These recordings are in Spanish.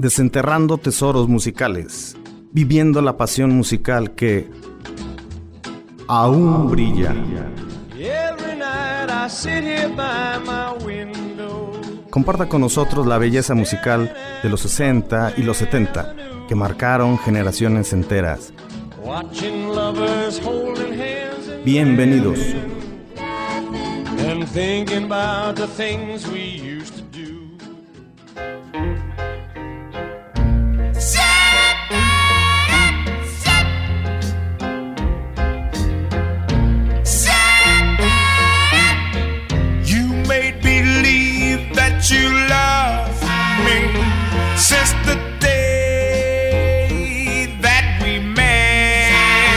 desenterrando tesoros musicales, viviendo la pasión musical que aún brilla. Comparta con nosotros la belleza musical de los 60 y los 70 que marcaron generaciones enteras. Bienvenidos. You love me since the day that we met.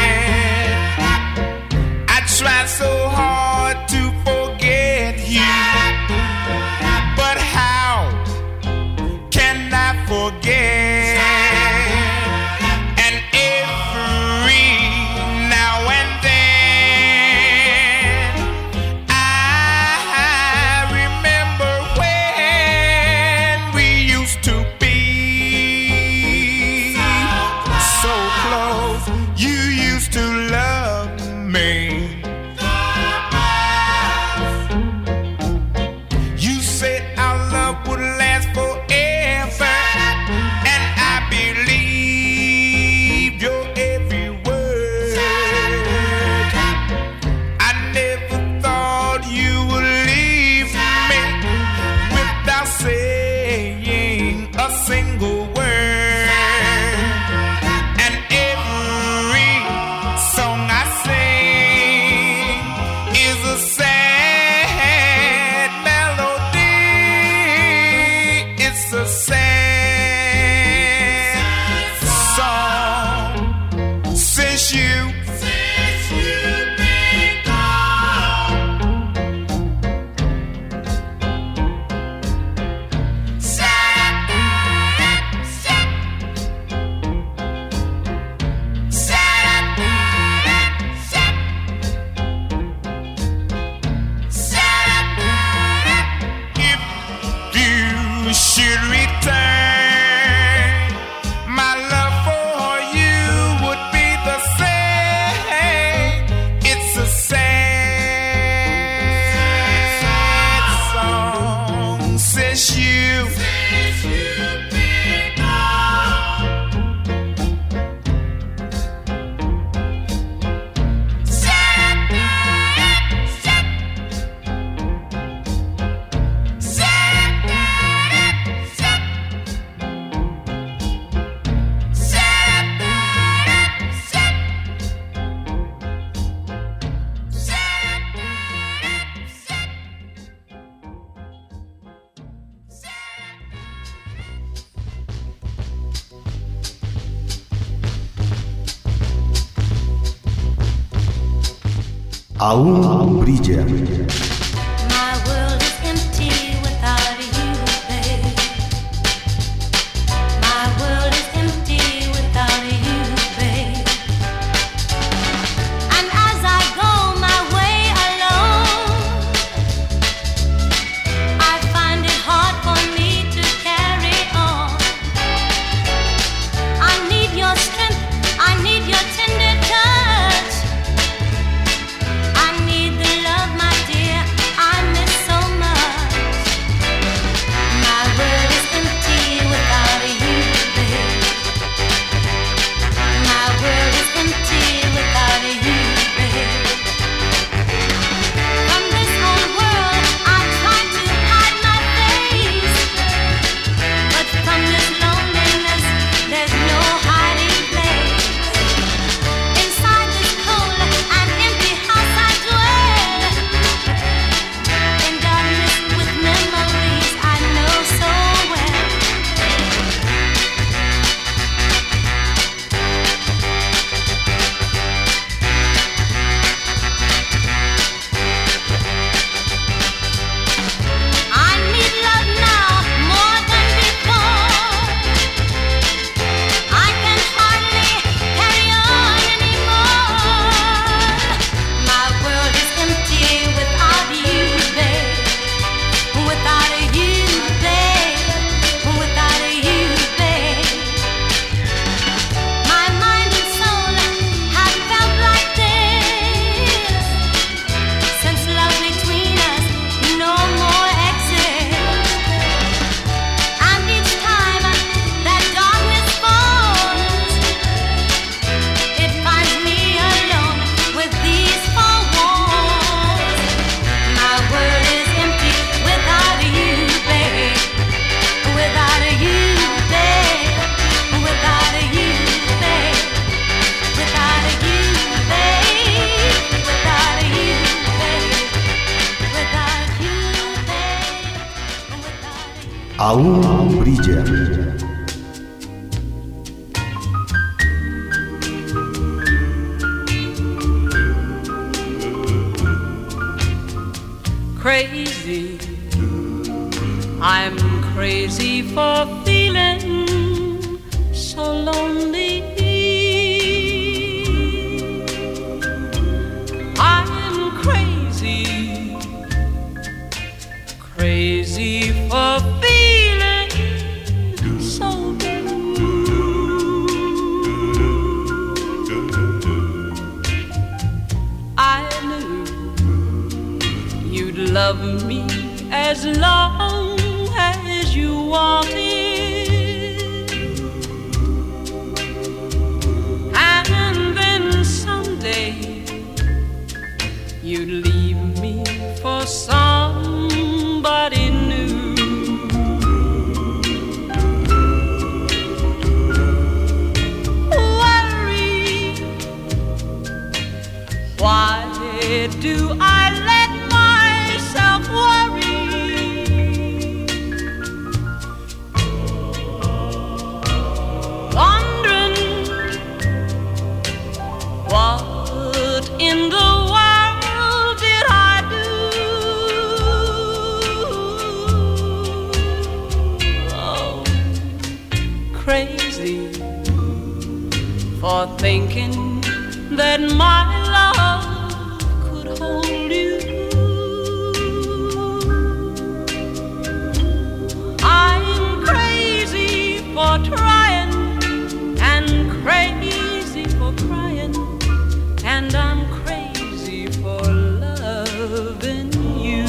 I tried so hard to forget you, but how can I forget? And every now and then I remember to be so close. You used to love me. You said our love would last forever, and I believe your every word. I never thought you would leave me without saying a single word. And every song I sing is a sad melody. It's a sad song since you've been gone. Should return, my love for you would be the same. It's a sad song since you've been gone. Aún brilla. My world is empty without you, babe. My world is empty without you, babe. And as I go my way alone, I find it hard for me to carry on. I need your strength, I need your tender touch. I need the love, my dear, Aún brilla. Crazy, I'm crazy for feeling so lonely. I'm crazy, crazy for feeling so blue. I knew you'd love me as long as you wanted, and then someday you'd leave me for somebody new. Worry, why do I let myself worry? Wondering what in the world did I do? Oh, crazy for thinking that my love could hold you. I'm crazy for trying and crazy for crying, and I'm crazy for loving you.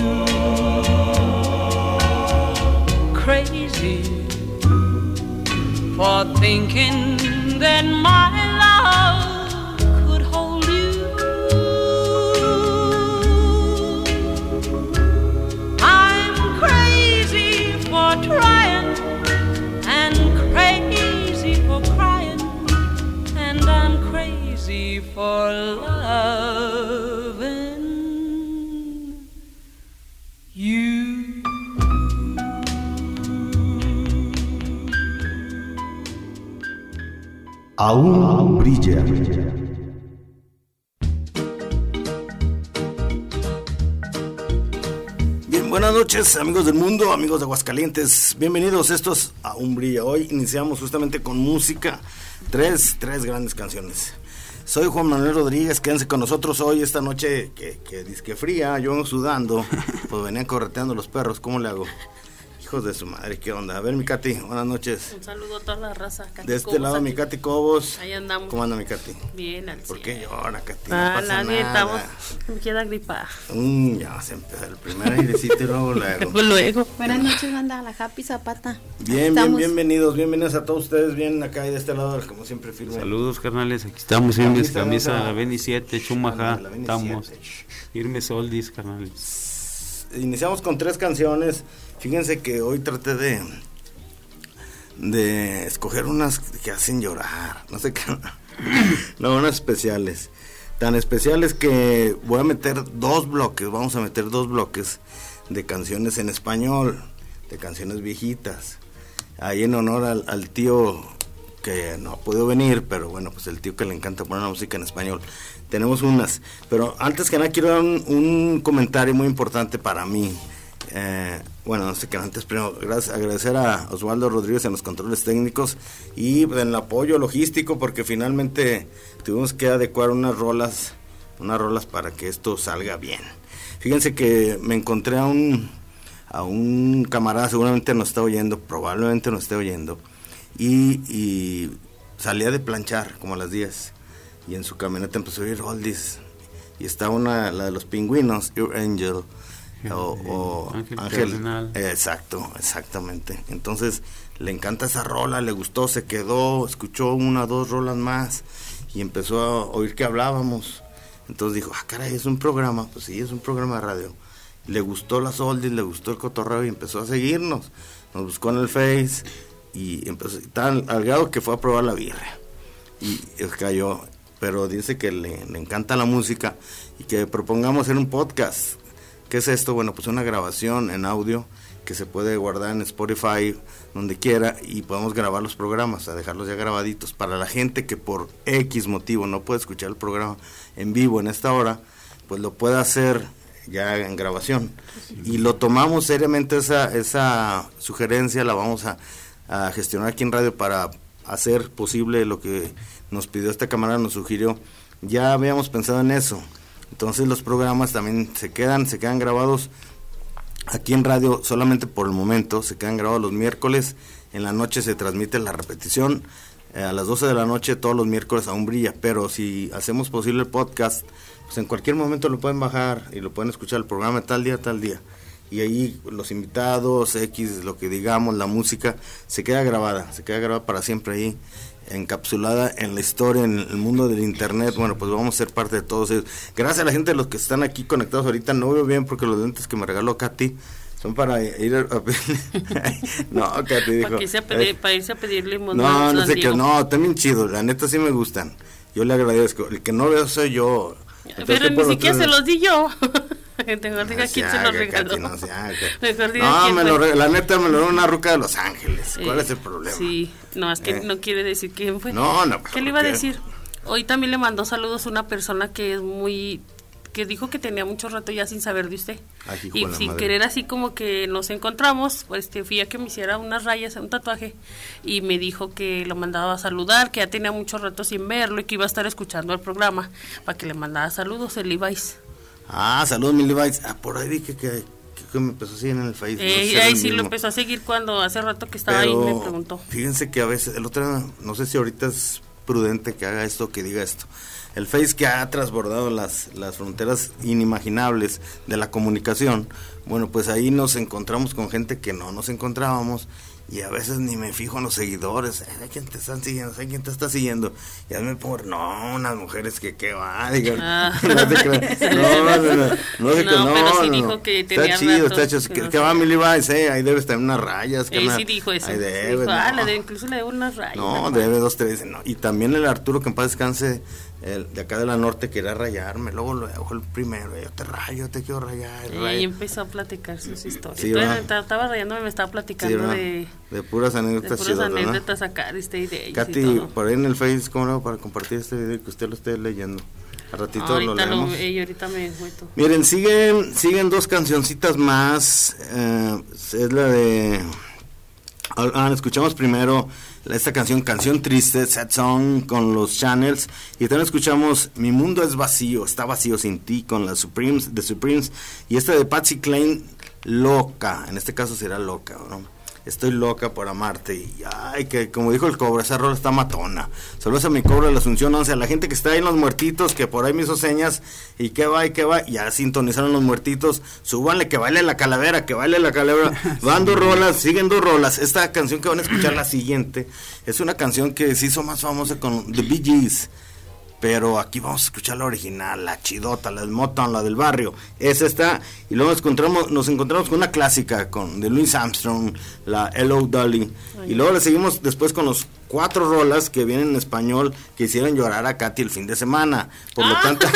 Crazy for thinking that my love could hold you. I'm crazy for trying and crazy for crying, and I'm crazy for loving you. Aún brilla. Bien, buenas noches, amigos del mundo, amigos de Aguascalientes. Bienvenidos, estos Aún brilla. Hoy iniciamos justamente con música, tres grandes canciones. Soy Juan Manuel Rodríguez, quédense con nosotros hoy, esta noche que disque fría, yo vengo sudando, pues venían correteando los perros, ¿cómo le hago? Hijos de su madre, ¿qué onda? A ver, mi Katy, buenas noches. Un saludo a toda la raza. Katy De este Cobos lado, aquí. mi Katy Cobos. Ahí andamos. ¿Cómo anda, mi Katy? Bien, al ¿Por 100. qué llora, Katy? No pasa nadie nada. estamos. Me queda gripada. Ya se empezó el primer airecito y luego. Luego. Buenas noches, banda, la Happy Zapata. Bienvenidos a todos ustedes, bien acá y de este lado, como siempre, firme. Saludos, carnales, aquí estamos firmes, Camisa, camisa, la 27, Chumajá, la 27. estamos firmes oldis, carnales. Iniciamos con 3 canciones. Fíjense que hoy traté de escoger unas que hacen llorar, no sé qué, no, unas especiales, tan especiales que voy a meter vamos a meter dos bloques de canciones en español, de canciones viejitas, ahí en honor al tío que no ha podido venir, pero bueno, pues el tío que le encanta poner la música en español. Tenemos unas, pero antes que nada quiero dar un comentario muy importante para mí. No sé qué antes, primero agradecer a Osvaldo Rodríguez en los controles técnicos y en el apoyo logístico, porque finalmente tuvimos que adecuar unas rolas para que esto salga bien. Fíjense que me encontré a un camarada, seguramente nos está oyendo, probablemente nos esté oyendo, y salía de planchar como a las 10 y en su camioneta empezó a oír oldies y estaba la de los Pingüinos, Your Angel, o Ángel, exactamente. Entonces le encanta esa rola, le gustó, se quedó, escuchó 1 o 2 rolas más y empezó a oír que hablábamos. Entonces dijo, caray, es un programa. Pues sí, es un programa de radio. Le gustó las oldies, le gustó el cotorreo y empezó a seguirnos. Nos buscó en el Face y empezó al grado que fue a probar la birria y cayó. Pero dice que le encanta la música y que propongamos hacer un podcast. ¿Qué es esto? Bueno, pues una grabación en audio que se puede guardar en Spotify, donde quiera, y podemos grabar los programas, a dejarlos ya grabaditos. Para la gente que por X motivo no puede escuchar el programa en vivo en esta hora, pues lo puede hacer ya en grabación. Y lo tomamos seriamente, esa sugerencia la vamos a gestionar aquí en radio para hacer posible lo que nos pidió esta camarada, nos sugirió. Ya habíamos pensado en eso. Entonces los programas también se quedan grabados aquí en radio solamente por el momento. Se quedan grabados los miércoles, en la noche se transmite la repetición, a las 12 de la noche todos los miércoles aún brilla, pero si hacemos posible el podcast, pues en cualquier momento lo pueden bajar y lo pueden escuchar, el programa tal día, y ahí los invitados, X, lo que digamos, la música, se queda grabada para siempre ahí, encapsulada en la historia, en el mundo del internet. Bueno, pues vamos a ser parte de todos ellos. Gracias a la gente de los que están aquí conectados ahorita. No veo bien porque los lentes que me regaló Katy son para ir a pedirle. No, Katy dijo, para irse a pedir limón. no sé qué, no, están bien chidos, la neta sí me gustan. Yo le agradezco. El que no veo soy yo. Entonces, pero ni siquiera se los di yo. Mejor diga quién se los regaló. Mejor diga quién la neta me lo dio una ruca de Los Ángeles. ¿Cuál es el problema? Sí, no, es que no quiere decir quién fue. No. ¿Qué le iba a decir? Hoy también le mandó saludos una persona que es que dijo que tenía mucho rato ya sin saber de usted. Ay, y sin querer, así como que nos encontramos, pues fui a que me hiciera unas rayas, un tatuaje, y me dijo que lo mandaba a saludar, que ya tenía mucho rato sin verlo y que iba a estar escuchando el programa para que le mandara saludos, el Levi's. Saludos mi Levi's. Por ahí dije que me empezó a seguir en el Facebook. Ahí sí lo empezó a seguir cuando hace rato que estaba ahí y me preguntó. Fíjense que a veces, el otro, no sé si ahorita es prudente que haga esto, que diga esto. El Face, que ha transbordado las fronteras inimaginables de la comunicación, bueno, pues ahí nos encontramos con gente que no nos encontrábamos, y a veces ni me fijo en los seguidores. ¿De quién te están siguiendo? ¿De quién te está siguiendo? Y a mí me pongo, unas mujeres que va, digan. No pero sí dijo que tenía está chido, rato, está chido. ¿Qué va, mi Levi's? Ahí debes tener unas rayas. Sí dijo eso. Ahí debes, incluso le debo unas rayas. No, debe 2, 3. No. Y también el Arturo, que en paz descanse, el de acá de la norte, quería rayarme. Luego el primero, yo te rayo, te quiero rayar. Y empezó a platicar sus historias. Sí, estaba rayándome, me estaba platicando de puras anécdotas chidas, ¿no? anécdotas sacar de ellos. Katy, por ahí en el Face, ¿cómo no? Para compartir este video y que usted lo esté leyendo. Al ratito lo leemos. Ahorita me meto. Miren, siguen 2 cancioncitas más. Es la de... escuchamos primero esta canción triste, Sad Song, con los Channels, y también escuchamos Mi Mundo es Vacío, Está Vacío Sin Ti, con las Supremes, y esta de Patsy Cline, Loca, en este caso será Loca, ¿no? Estoy loca por amarte, y que como dijo el Cobra, esa rola está matona. Saludos a mi Cobra de la Asunción 11, a la gente que está ahí en Los Muertitos, que por ahí me hizo señas, y que va, ya sintonizaron Los Muertitos, súbanle, que baile la calavera, van 2 rolas, siguen 2 rolas. Esta canción que van a escuchar, la siguiente, es una canción que se hizo más famosa con The Bee Gees, pero aquí vamos a escuchar la original, la chidota, la del Motown, la del barrio. Esa está, y luego nos encontramos con una clásica de Louis Armstrong, la Hello Dolly. Y luego le seguimos después con los 4 rolas que vienen en español, que hicieron llorar a Katy el fin de semana. Por lo tanto...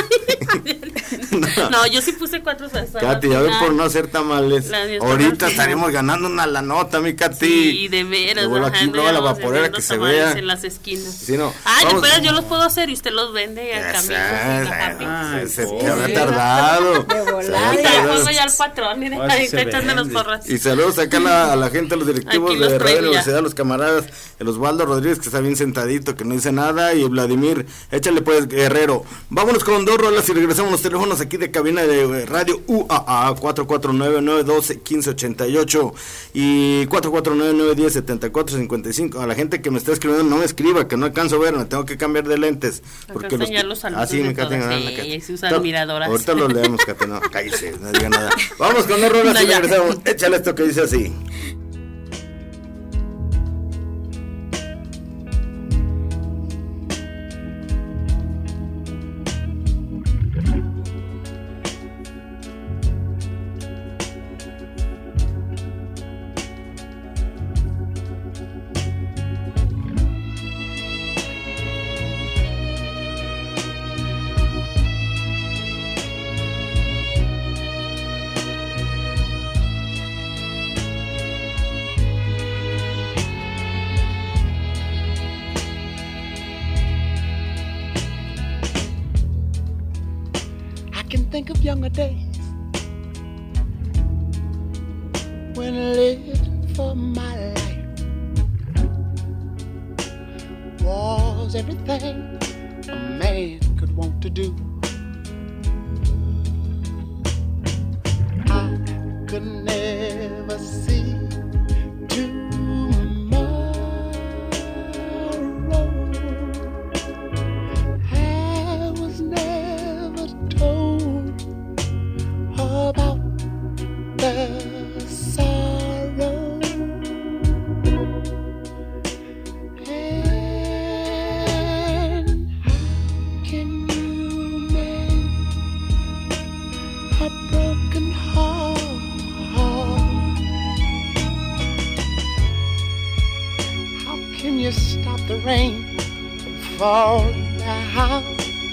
No, yo sí puse 4 salsas. Katy, a ver, por no hacer tamales. Ahorita estaremos ganando la nota, mi Katy. Sí, de veras. Luego aquí, luego la vaporera que se vea. En las esquinas. Sí, no. Después yo los puedo hacer y usted los vende al cambio. Se ha tardado. Pongo ya al patrón y ahí está echando los porras. Y saludos acá a la gente, a los directivos de Radio Universidad, a los camaradas, el Osvaldo Rodríguez, que está bien sentadito, que no dice nada, y Vladimir, échale pues, Guerrero. Vámonos con 2 rolas y regresamos los teléfonos aquí de cabina de Radio UAA, 449-912-1588 y 449-910-7455. A la gente que me está escribiendo, no me escriba, que no alcanzo a ver, me tengo que cambiar de lentes. Porque los saludos sí, de todas, sus admiradoras. Ahorita los leemos, Cate, no, cállese, no diga nada. Vamos con 2 rolas y regresamos. Échale esto que dice así. younger days when living for my life was everything a man could want to do. I could never see tomorrow. I was never told about the sorrow. And how can you mend a broken heart? How can you stop the rain from falling down?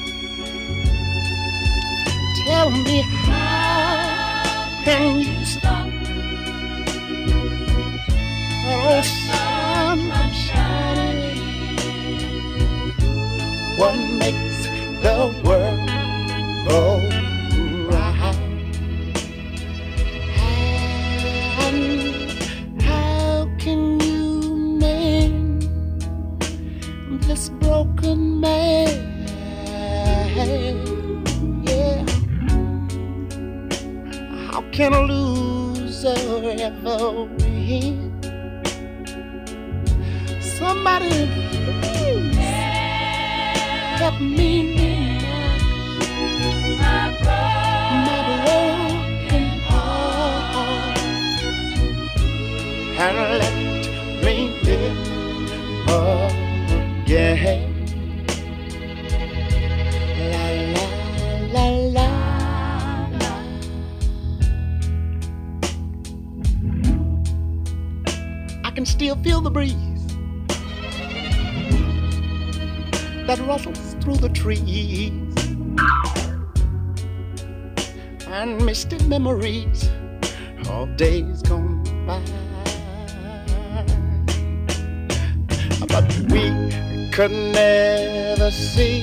Tell me, how can you stop that old sun from shining? What makes the world go round? And how can you mend this broken man? Yeah. How can a loser ever win? Somebody please help me mend my broken heart and let me live again. La la la la. I can still feel the breeze that rustles through the trees and misty memories of days gone by. But we could never see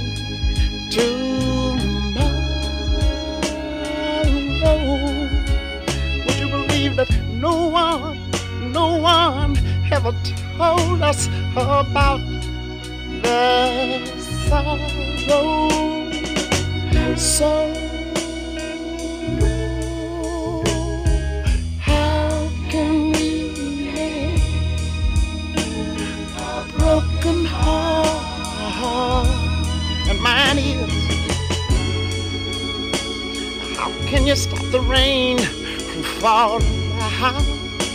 tomorrow. Would you believe that no one ever told us about the sorrow? So how can we mend a broken heart? And mine is, how can you stop the rain from falling down?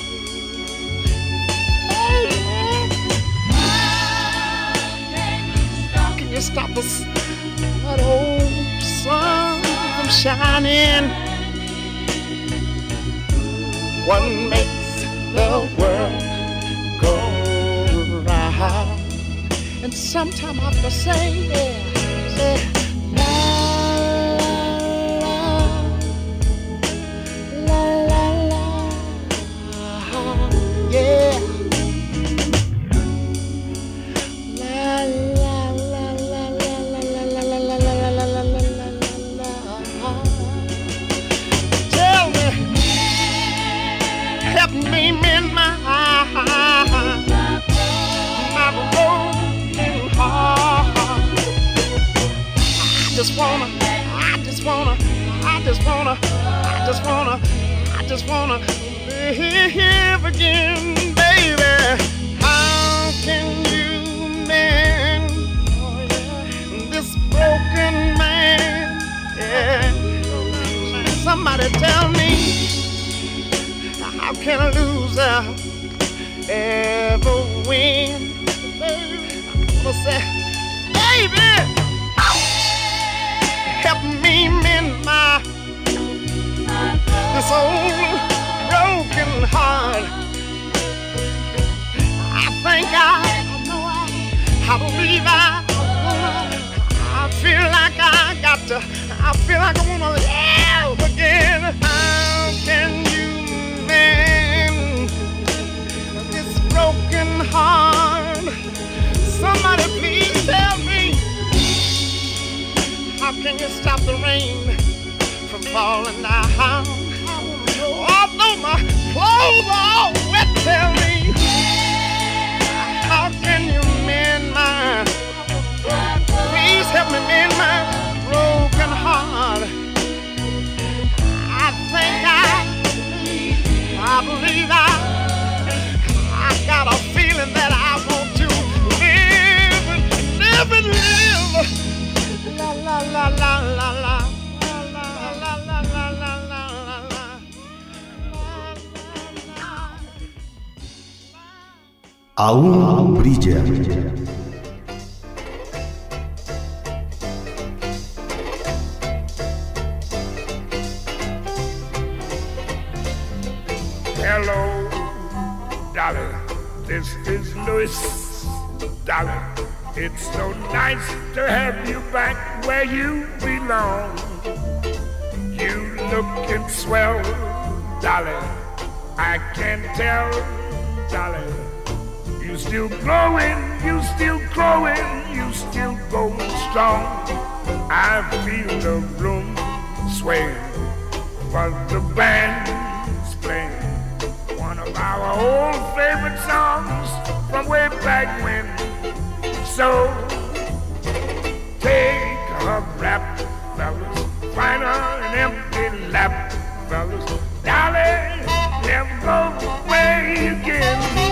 Stop us, that old sun from shining. What makes the world go round? And sometime I have to say, la la la la la, yeah. I just wanna live again, baby. How can you mend this broken man? Yeah. Somebody tell me, how can a loser ever win? I'm gonna say, baby, help me mend this old broken heart. I think I believe I feel like I feel like I wanna live again. How can you mend this broken heart? Somebody please tell me, how can you stop the rain from falling? falling down. Although my clothes are all wet, tell me, how can you mend mine? Please help me mend my broken heart. I believe I got a feeling that I want to live and live. La la la la la la. Aún brilla. Hello, Dolly, this is Louis. Dolly, it's so nice to have you back where you belong. You looking swell, Dolly, I can tell, Dolly. You still growing, you still growing, you still going strong. I feel the room swaying, but the band's playing one of our old favorite songs from way back when. So take a rap, fellas, find an empty lap, fellas. Dolly, never go away again.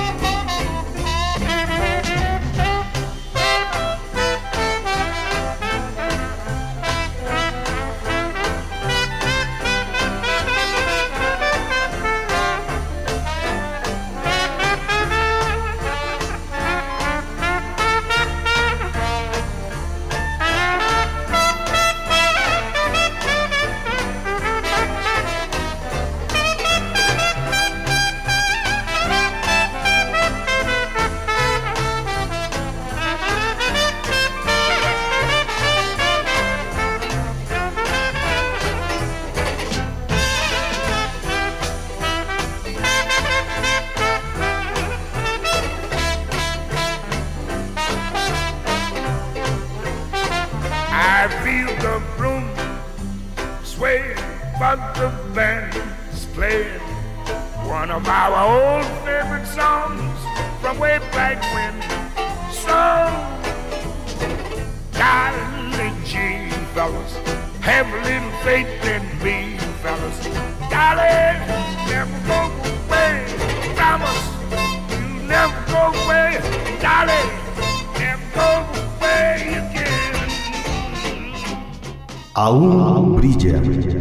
Aún brilla.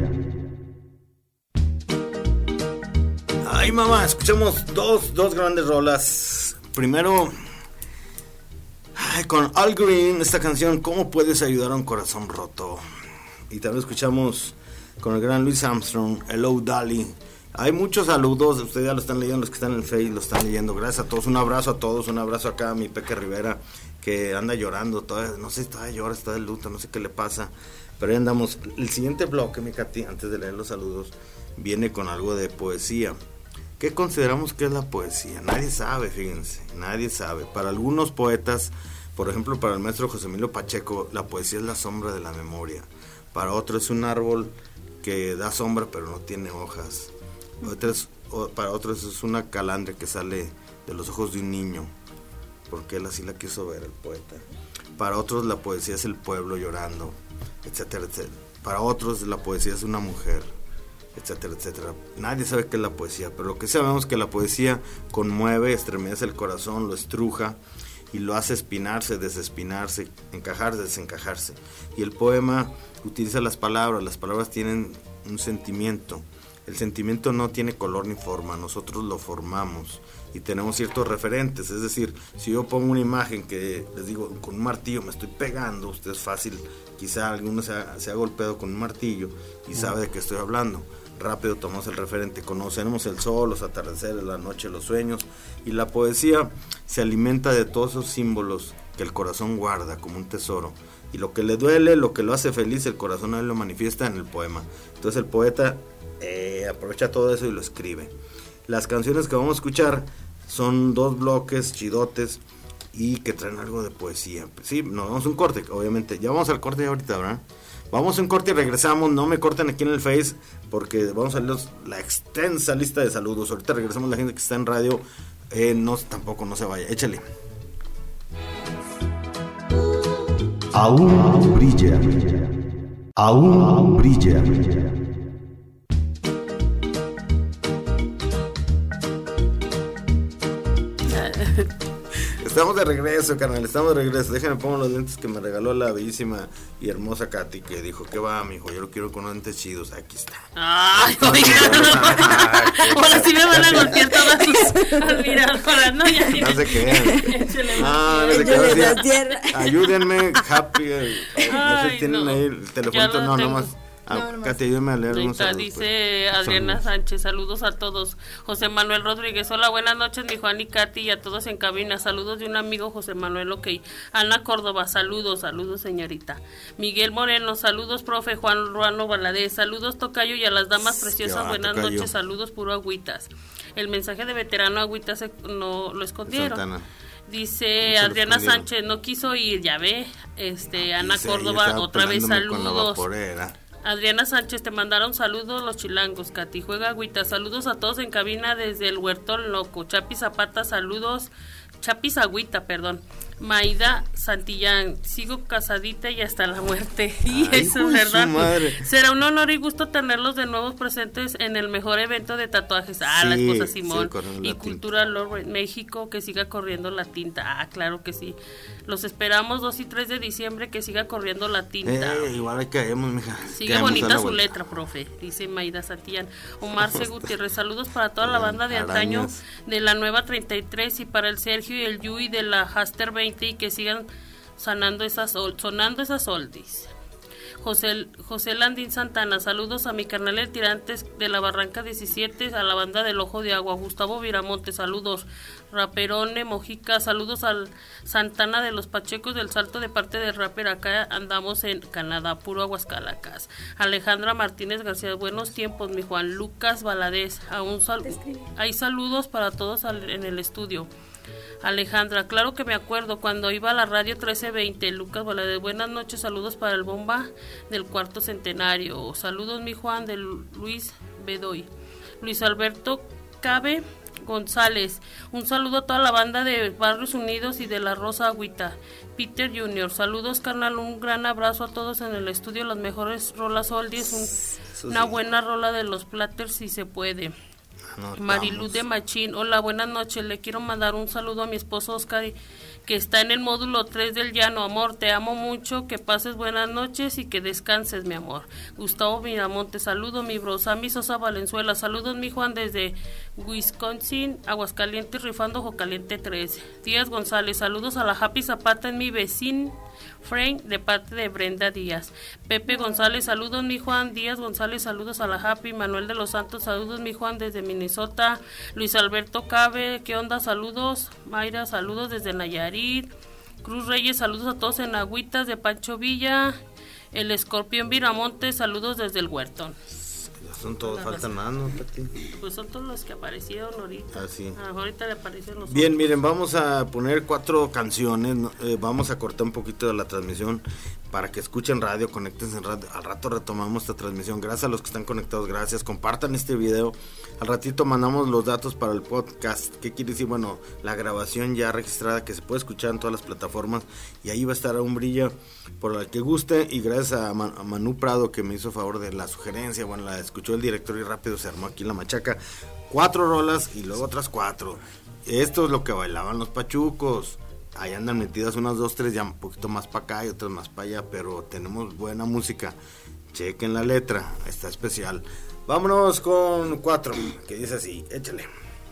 Ay, mamá, escuchamos dos grandes rolas. Primero, con Al Green, esta canción, ¿Cómo puedes ayudar a un corazón roto? Y también escuchamos con el gran Louis Armstrong, Hello Dolly. Hay muchos saludos, ustedes ya lo están leyendo, los que están en el Face lo están leyendo. Gracias a todos, un abrazo a todos, un abrazo acá a mi Peque Rivera, que anda llorando, todavía, no sé, está de llora, está de luto, no sé qué le pasa. Pero ahí andamos. El siguiente bloque, mi Katy, antes de leer los saludos, viene con algo de poesía. ¿Qué consideramos que es la poesía? Nadie sabe, fíjense, nadie sabe. Para algunos poetas, por ejemplo, para el maestro José Emilio Pacheco, la poesía es la sombra de la memoria. Para otro es un árbol que da sombra pero no tiene hojas. Para otros es una calandria que sale de los ojos de un niño, porque él así la quiso ver, el poeta. Para otros la poesía es el pueblo llorando, etcétera, etcétera. Para otros la poesía es una mujer, etcétera, etcétera. Nadie sabe qué es la poesía, pero lo que sabemos es que la poesía conmueve, estremece el corazón, lo estruja y lo hace espinarse, desespinarse, encajarse, desencajarse. Y el poema utiliza las palabras tienen un sentimiento. El sentimiento no tiene color ni forma, nosotros lo formamos y tenemos ciertos referentes. Es decir, si yo pongo una imagen que les digo, con un martillo me estoy pegando, usted es fácil, quizá alguno se ha golpeado con un martillo y sabe de qué estoy hablando. Rápido tomamos el referente, conocemos el sol, los atardeceres, la noche, los sueños, y la poesía se alimenta de todos esos símbolos que el corazón guarda como un tesoro. Y lo que le duele, lo que lo hace feliz, el corazón a él lo manifiesta en el poema. Entonces el poeta aprovecha todo eso y lo escribe. Las canciones que vamos a escuchar son 2 bloques chidotes y que traen algo de poesía. Sí, nos vamos a un corte, obviamente. Ya vamos al corte ahorita, ¿verdad? Vamos a un corte y regresamos. No me corten aquí en el Face porque vamos a ver la extensa lista de saludos. Ahorita regresamos, la gente que está en radio. Tampoco no se vaya. Échale. Aún brilla. Aún brilla. Estamos de regreso, carnal, estamos de regreso. Déjame pongo los lentes que me regaló la bellísima y hermosa Katy, que dijo, ¿qué va, mijo? Yo lo quiero con lentes chidos. Aquí está. Ay, ahora sí me van a golpear todas sus admiradoras, ¿no? Ya no se quedan. No se quedan. Ayúdenme, Happy. No sé si tienen ahí el teléfono. No, nomás. Katy, ayúdame a leer unos saludos. Dice Adriana Sánchez, saludos a todos. José Manuel Rodríguez, hola, buenas noches, mi Juan y Katy, y a todos en cabina. Saludos de un amigo, José Manuel, ok. Ana Córdoba, saludos, señorita. Miguel Moreno, saludos, profe. Juan Ruano Valadez, saludos, tocayo, y a las damas preciosas, buenas noches, saludos, puro agüitas. El mensaje de veterano agüitas no lo escondieron. Santana. Dice Adriana Sánchez, no quiso ir, ya ve. Ana Córdoba, otra vez saludos. Adriana Sánchez, te mandaron saludos los chilangos. Katy, juega agüita. Saludos a todos en cabina desde el Huertón Loco. Chapi Zapata, saludos. Chapis Agüita, perdón. Maida Santillán, sigo casadita y hasta la muerte. Y eso es verdad. Será un honor y gusto tenerlos de nuevo presentes en el mejor evento de tatuajes. La esposa Simón. Y Cultura Lore México, que siga corriendo la tinta. Claro que sí. Los esperamos 2 y 3 de diciembre, que siga corriendo la tinta. Igual ahí caemos, mija. Sigue bonita su letra, profe, dice Maida Santillán. Omar C. Gutiérrez, saludos para toda la banda de antaño de la nueva 33 y para el Sergio y el Yui de la Haster 20 y que sigan sonando esas oldies. José Landín Santana, saludos a mi carnal el Tirantes de la Barranca 17, a la banda del Ojo de Agua. Gustavo Viramonte, saludos. Raperone Mojica, saludos al Santana de los Pachecos del Salto de parte de Rapper. Acá andamos en Canadá, puro Aguascalacas. Alejandra Martínez García, buenos tiempos, mi Juan. Lucas Valadez, hay saludos para todos en el estudio. Alejandra, claro que me acuerdo cuando iba a la radio 1320. Lucas Valadez, buenas noches, saludos para el Bomba del cuarto centenario. Saludos, mi Juan, de Luis Bedoy. Luis Alberto Cabe González, un saludo a toda la banda de Barrios Unidos y de la Rosa Agüita. Peter Junior, saludos, carnal, un gran abrazo a todos en el estudio, las mejores rolas oldies, una buena rola de los Platters si se puede. Mariluz de Machín, hola, buenas noches, le quiero mandar un saludo a mi esposo Oscar, que está en el módulo 3 del Llano. Amor, te amo mucho, que pases buenas noches y que descanses, mi amor. Gustavo Miramonte, saludo, mi bro. Sammy Sosa Valenzuela, saludos, mi Juan, desde Wisconsin, Aguascalientes, rifando Ojo Caliente 3. Díaz González, saludos a la Happy Zapata en mi vecino Frank, de parte de Brenda Díaz. Pepe González, saludos, mi Juan. Díaz González, saludos a la Happy. Manuel de los Santos, saludos, mi Juan, desde Minnesota. Luis Alberto Cabe, ¿qué onda? Saludos. Mayra, saludos desde Nayarit. Cruz Reyes, saludos a todos en Agüitas de Pancho Villa. El Escorpión Viramontes, saludos desde el Huertón. Son todos, faltan más, ¿no, Pati? Pues son todos los que aparecieron ahorita. Sí. Ahorita le aparecieron los Bien, otros. Miren, vamos a poner 4 canciones, vamos a cortar un poquito de la transmisión para que escuchen radio, conéctense en radio. Al rato retomamos esta transmisión. Gracias a los que están conectados, gracias. Compartan este video. Al ratito mandamos los datos para el podcast. ¿Qué quiere decir? Bueno, la grabación ya registrada que se puede escuchar en todas las plataformas y ahí va a estar Aún Brilla por el que guste. Y gracias a Manu Prado que me hizo favor de la sugerencia. Bueno, la escuchó el director y rápido se armó aquí la machaca. 4 rolas y luego otras 4. Esto es lo que bailaban los pachucos. Ahí andan metidas unas 2, 3 ya un poquito más para acá y otras más para allá, pero tenemos buena música. Chequen la letra, está especial. Vámonos con 4, que dice así, échale.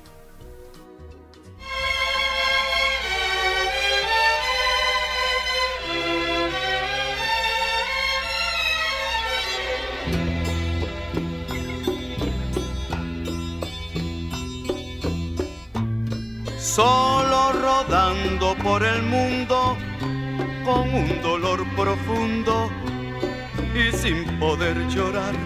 Solo rodando por el mundo con un dolor profundo y sin poder llorar.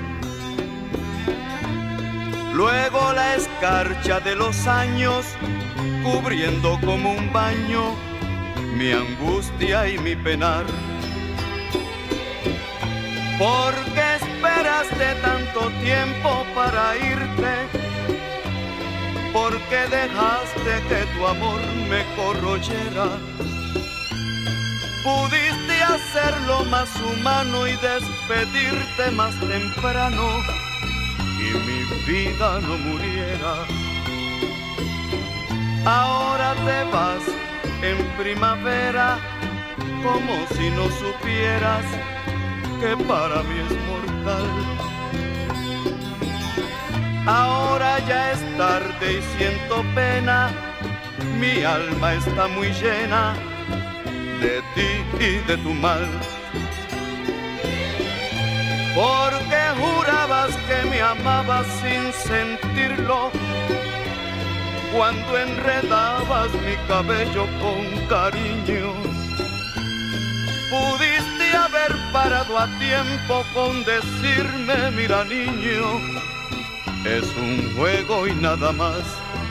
Luego la escarcha de los años cubriendo como un baño mi angustia y mi penar. ¿Por qué esperaste tanto tiempo para irte? ¿Por qué dejaste que tu amor me corroyera? Pudiste hacerlo más humano y despedirte más temprano y mi vida no muriera. Ahora te vas en primavera como si no supieras que para mí es mortal. Ahora ya es tarde y siento pena, mi alma está muy llena de ti y de tu mal. Porque jurabas que me amabas sin sentirlo, cuando enredabas mi cabello con cariño. Pudiste haber parado a tiempo con decirme, mira niño, es un juego y nada más.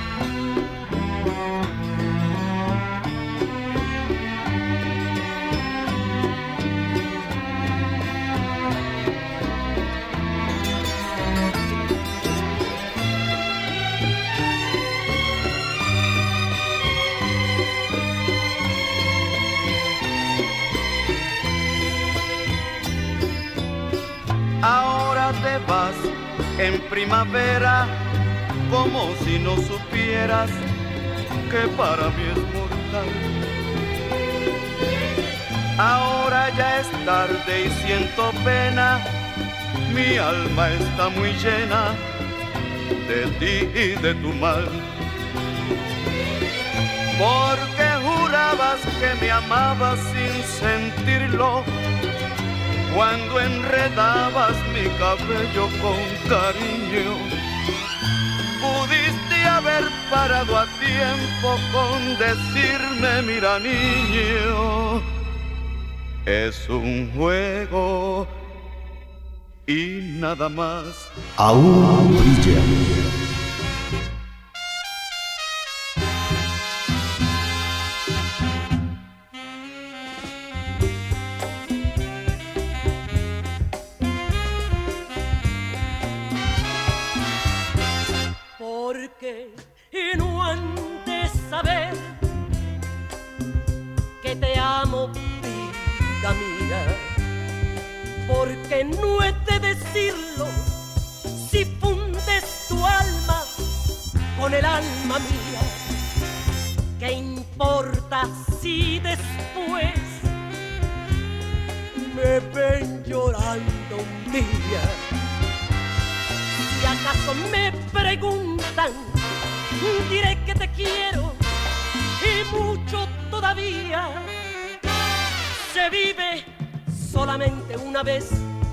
Ahora te vas en primavera como si no supieras que para mí es mortal. Ahora ya es tarde y siento pena, mi alma está muy llena de ti y de tu mal. Porque jurabas que me amabas sin sentirlo, cuando enredabas mi cabello con cariño. Pudiste haber parado a tiempo con decirme, mira niño, es un juego y nada más. Aún brilla. Y no antes saber que te amo, vida mía, porque no he de decirlo si fundes tu alma con el alma mía. ¿Qué importa si después me ven llorando un día? Si acaso me preguntan, diré que te quiero y mucho todavía. Se vive solamente una vez.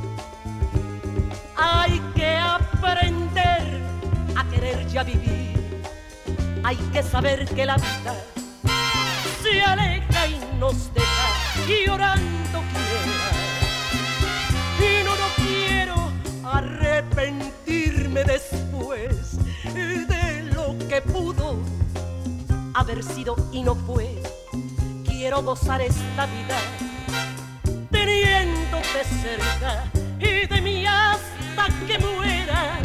Hay que aprender a querer ya vivir. Hay que saber que la vida se aleja y nos deja y llorando quiera. Y no quiero arrepentirme después de lo que pudo haber sido y no fue. Quiero gozar esta vida teniéndote cerca y de mí hasta que muera.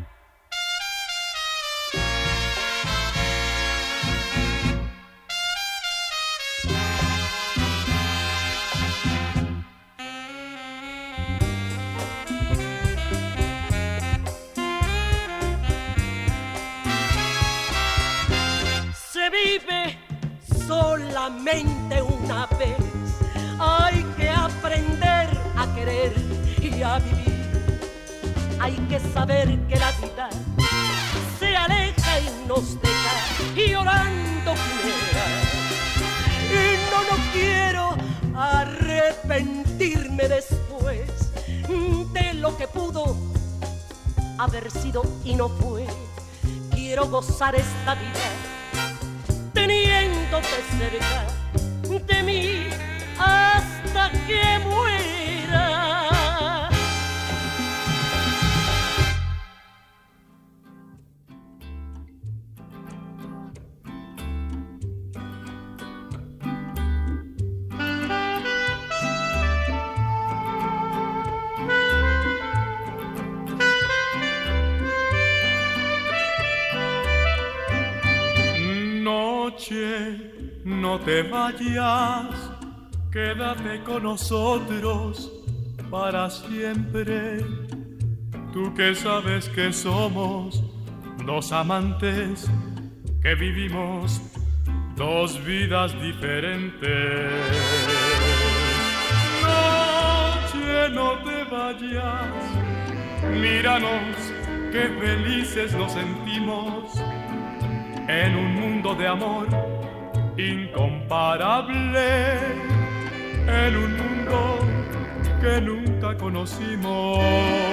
Vive solamente una vez. Hay que aprender a querer y a vivir. Hay que saber que la vida se aleja y nos deja y llorando quiera. Y no quiero arrepentirme después de lo que pudo haber sido y no fue. Quiero gozar esta vida teniéndote cerca de mí hasta que muera. noche, no te vayas, quédate con nosotros para siempre. Tú que sabes que somos dos amantes que vivimos dos vidas diferentes. Noche, no te vayas, míranos, qué felices nos sentimos en un mundo de amor incomparable, en un mundo que nunca conocimos.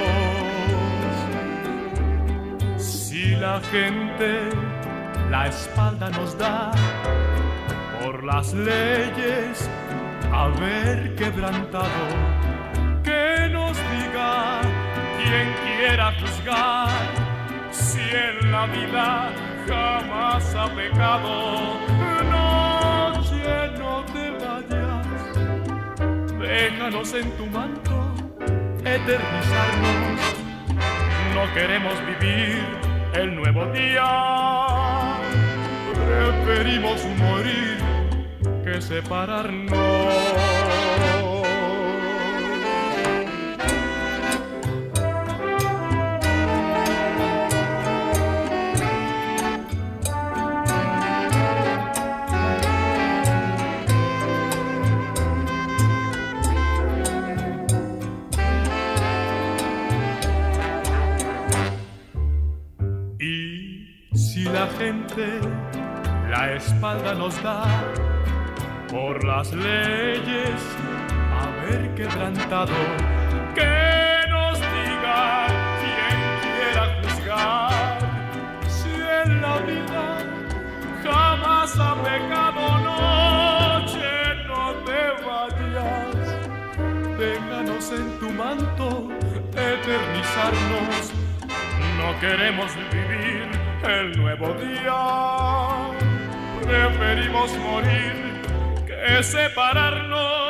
Si la gente la espalda nos da por las leyes haber quebrantado, que nos diga quien quiera juzgar si en la vida jamás ha pecado. Noche, no te vayas, déjanos en tu manto eternizarnos. No queremos vivir el nuevo día, preferimos morir que separarnos. La gente la espalda nos da por las leyes haber quebrantado, que nos diga quien quiera juzgar si en la vida jamás ha pecado. Noche, no te vayas, déjanos en tu manto eternizarnos. No queremos vivir el nuevo día, preferimos morir que separarnos.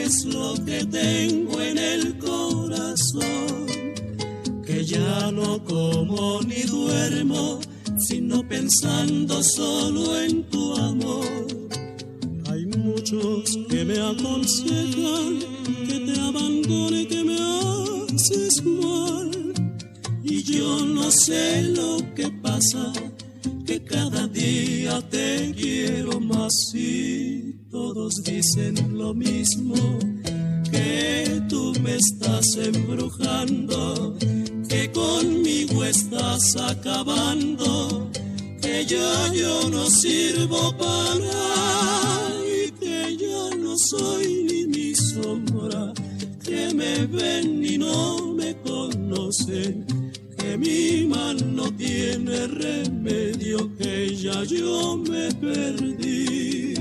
qué es lo que tengo en el corazón, que ya no como ni duermo, sino pensando solo en tu amor. Hay muchos que me aconsejan que te abandone, que me haces mal, y yo no sé lo que pasa, que cada día te quiero más y todos dicen lo mismo, que tú me estás embrujando, que conmigo estás acabando, que ya yo no sirvo para nada y que ya no soy ni mi sombra, que me ven y no me conocen, que mi mal no tiene remedio, que ya yo me perdí.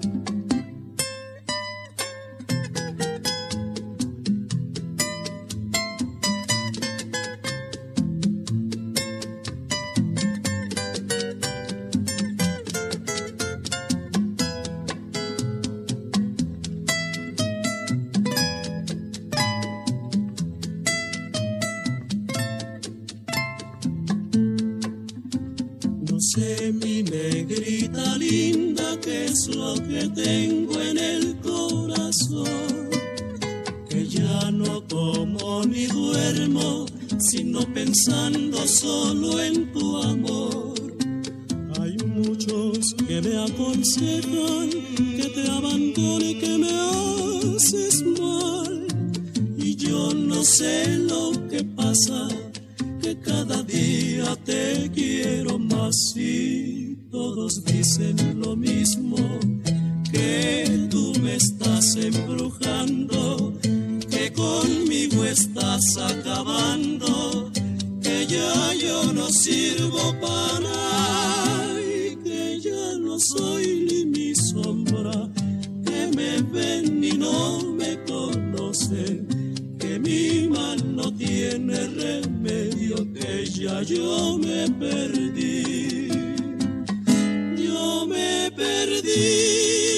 Mi negrita linda, qué es lo que tengo en el corazón, que ya no como ni duermo, sino pensando solo en tu amor. Hay muchos que me aconsejan que te abandone, que me haces mal, y yo no sé lo que pasa, que cada día te quiero más y todos dicen lo mismo, que tú me estás embrujando, que conmigo estás acabando, que ya yo no sirvo para nada y que ya no soy ni mi sombra, que me ven y no me conocen, que mi mal no tiene remedio, que ya yo me perdí, yo me perdí.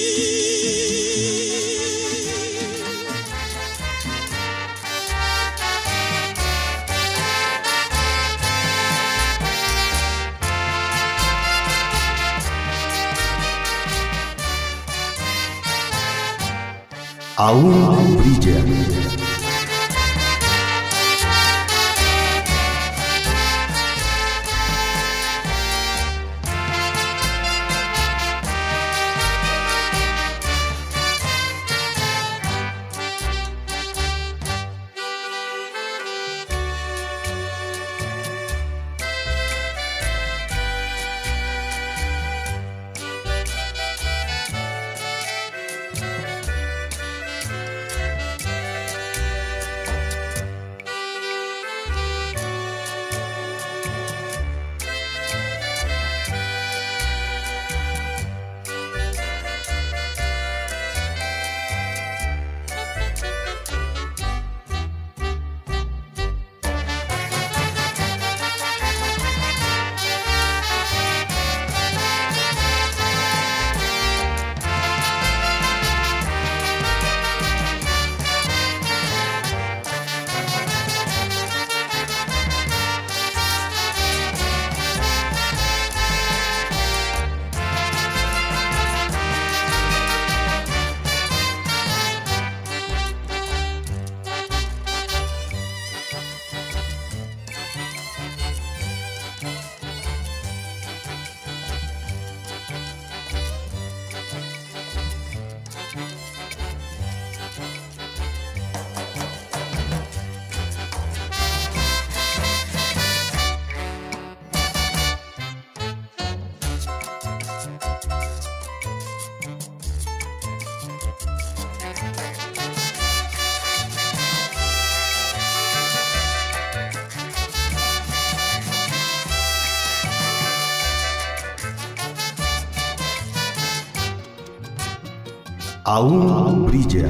Aún brilla. Aún brilla.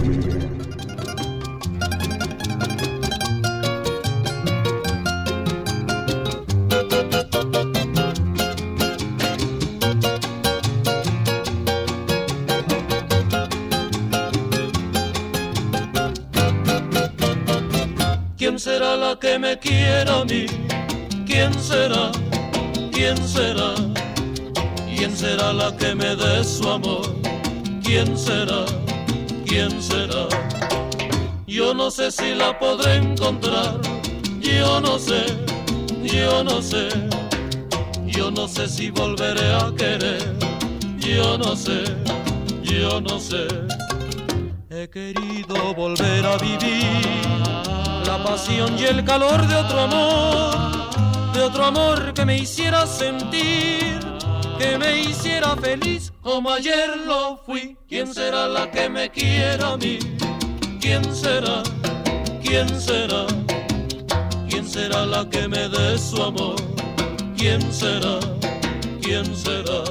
será la que me quiera a mí? ¿Quién será? ¿Quién será? ¿Quién será la que me dé su amor? ¿Quién será? ¿Quién será? Yo no sé si la podré encontrar. Yo no sé, yo no sé. Yo no sé si volveré a querer. Yo no sé, yo no sé. He querido volver a vivir la pasión y el calor de otro amor que me hiciera sentir, que me hiciera feliz como ayer lo fui. ¿Quién será la que me quiera a mí? ¿Quién será? ¿Quién será? ¿Quién será la que me dé su amor? ¿Quién será? ¿Quién será?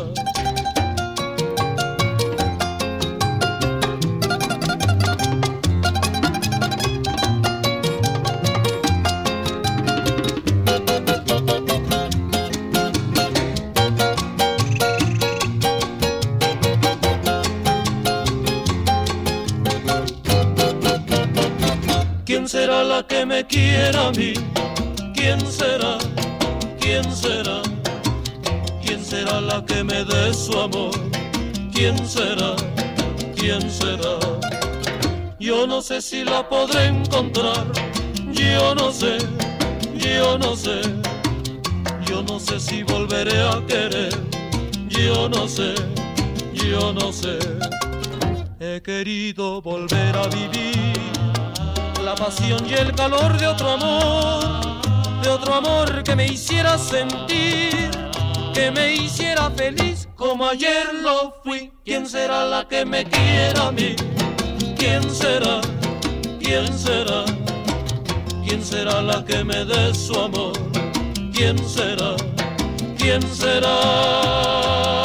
¿Quién será la que me quiera a mí? ¿Quién será? ¿Quién será? ¿Quién será la que me dé su amor? ¿Quién será? ¿Quién será? Yo no sé si la podré encontrar. Yo no sé, yo no sé. Yo no sé si volveré a querer. Yo no sé, yo no sé. He querido volver a vivir la pasión y el calor de otro amor que me hiciera sentir, que me hiciera feliz como ayer lo fui. ¿Quién será la que me quiera a mí? ¿Quién será? ¿Quién será? ¿Quién será la que me dé su amor? ¿Quién será? ¿Quién será?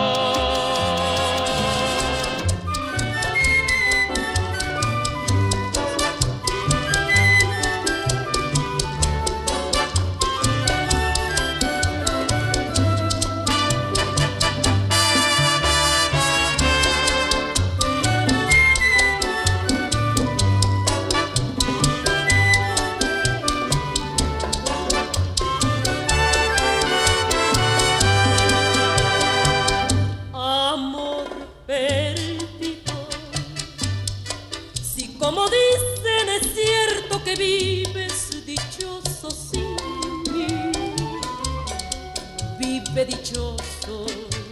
Dichoso,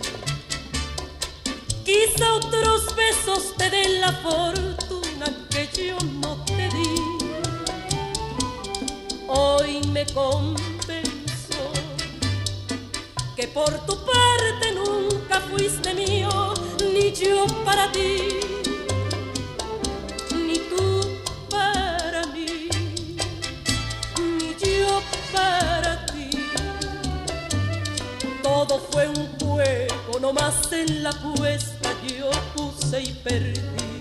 quizá otros besos te den la fortuna que yo no te di. Hoy me convenzo que por tu parte nunca fuiste mío, ni yo para ti, ni tú para mí, ni yo para ti. Todo fue un juego, nomás en la apuesta yo puse y perdí.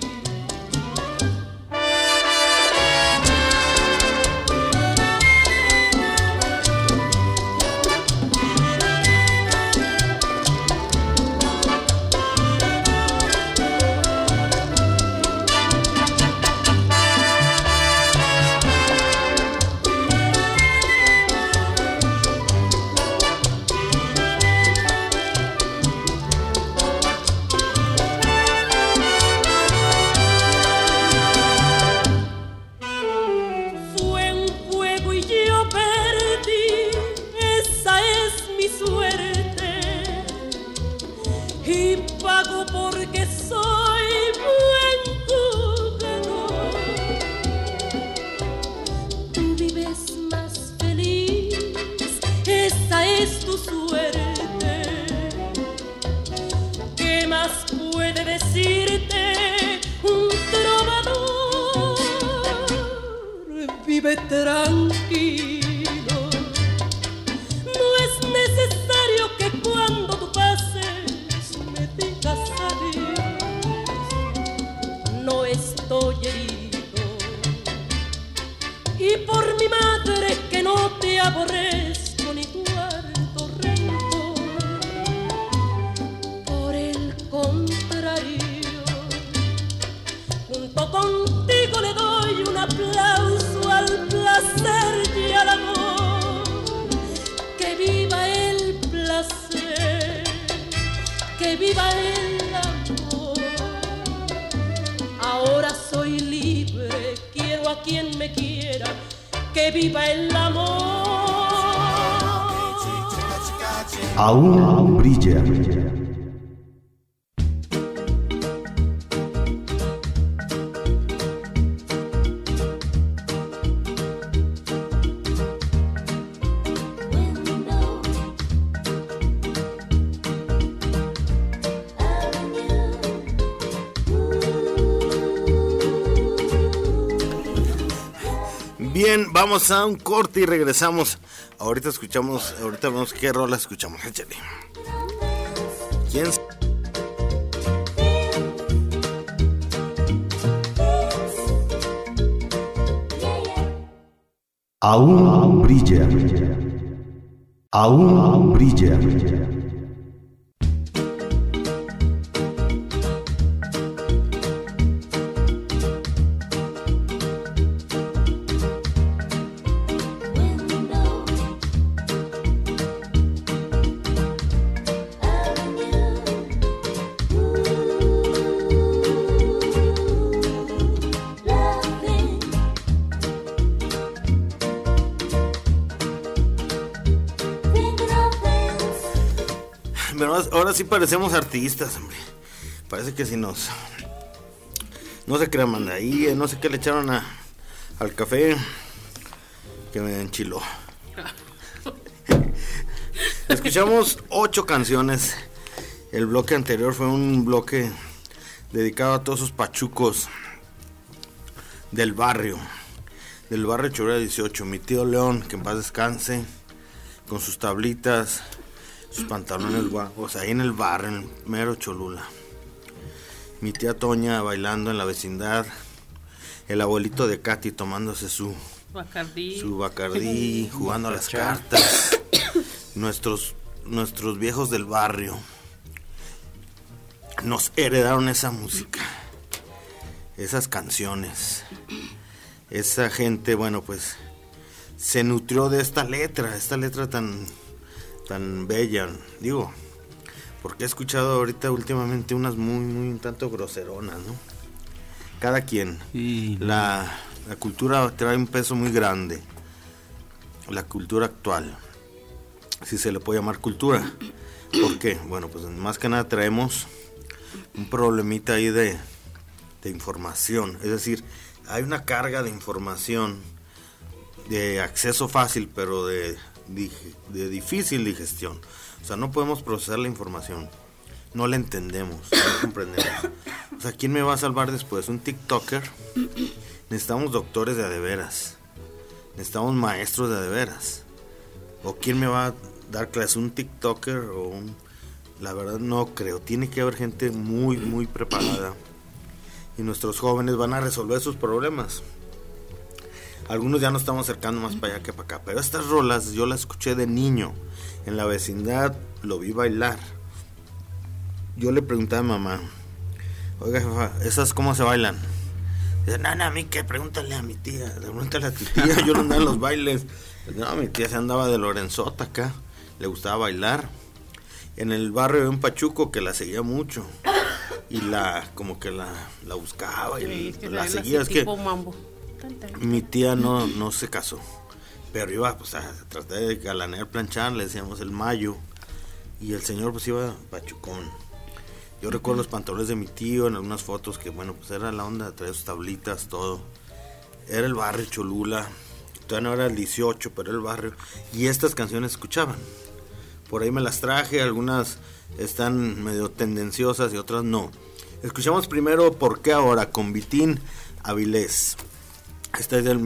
Tranquilo, no es necesario que cuando tú pases me digas adiós. No estoy herido y por mi madre que no te aborrezco ni guardo rencor. Por el contrario, junto contigo le doy un aplauso al placer quien me quiera, que viva el amor. Aún brilla. Bien, vamos a un corte y regresamos. Ahorita vemos qué rola escuchamos. Échale. ¿Quién? Aún brilla. Aún brilla. Ahora sí parecemos artistas, hombre. Parece que si nos... No sé qué le manda ahí, no sé qué le echaron al café que me enchiló. Escuchamos 8 canciones. El bloque anterior fue un bloque dedicado a todos esos pachucos del barrio Cholula 18. Mi tío León, que en paz descanse, con sus tablitas, sus pantalones guapos, ahí en el barrio, en el mero Cholula. Mi tía Toña bailando en la vecindad. El abuelito de Katy tomándose su Bacardí, jugando a las cartas. Nuestros viejos del barrio nos heredaron esa música, esas canciones. Esa gente, bueno, pues se nutrió de esta letra tan bella, digo, porque he escuchado ahorita últimamente unas muy un tanto groseronas, ¿no? Cada quien. Sí. La cultura trae un peso muy grande, la cultura actual, si se le puede llamar cultura. ¿Por qué? Bueno, pues más que nada traemos un problemita ahí de información, es decir, hay una carga de información de acceso fácil, pero de difícil digestión. O sea, no podemos procesar la información, no la entendemos, no la comprendemos. O sea, ¿quién me va a salvar después? ¿Un TikToker? Necesitamos doctores de a de veras, necesitamos maestros de a de veras. ¿O quién me va a dar clase? ¿Un TikToker o La verdad no creo, tiene que haber gente muy preparada, y nuestros jóvenes van a resolver sus problemas. Algunos ya nos estamos acercando más para allá que para acá, pero estas rolas yo las escuché de niño, en la vecindad, lo vi bailar. Yo le preguntaba a mamá, oiga jefa, ¿esas cómo se bailan? Dice, no, a mí qué, pregúntale a mi tía, pregúntale a tu tía, yo no andaba en los bailes. No, mi tía se andaba de Lorenzota acá, le gustaba bailar. En el barrio de un pachuco que la seguía mucho, y como que la buscaba y sí, la seguía. Es que mambo. Mi tía no se casó, pero iba pues a tratar de galanear, planchar, le decíamos el mayo, y el señor pues iba pachucón. Yo recuerdo los pantalones de mi tío en algunas fotos, que bueno, pues era la onda, traía sus tablitas, todo. Era el barrio Cholula, todavía no era el 18, pero era el barrio, y estas canciones escuchaban. Por ahí me las traje, algunas están medio tendenciosas y otras no. Escuchamos primero ¿Por qué ahora? Con Vitín Avilés. Esta es del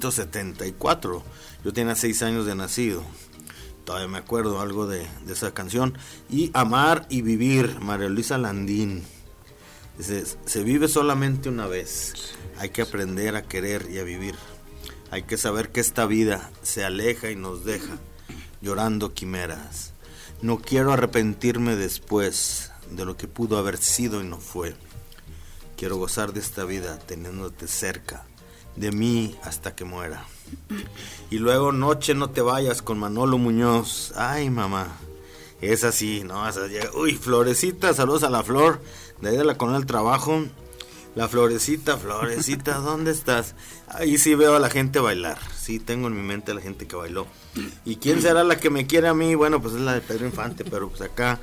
1974. Yo tenía 6 años de nacido. Todavía me acuerdo algo de esa canción. Y Amar y Vivir, María Luisa Landín. Dice, se vive solamente una vez. Hay que aprender a querer y a vivir. Hay que saber que esta vida se aleja y nos deja llorando quimeras. No quiero arrepentirme después de lo que pudo haber sido y no fue. Quiero gozar de esta vida teniéndote cerca, de mí hasta que muera. Y luego Noche no te vayas con Manolo Muñoz. Ay mamá, es así, ¿no? Uy, Florecita, saludos a la Flor, de ahí de la Colonia del Trabajo. La florecita, florecita, ¿dónde estás? Ahí sí veo a la gente bailar. Sí, tengo en mi mente a la gente que bailó. ¿Y quién será la que me quiere a mí? Bueno, pues es la de Pedro Infante, pero pues acá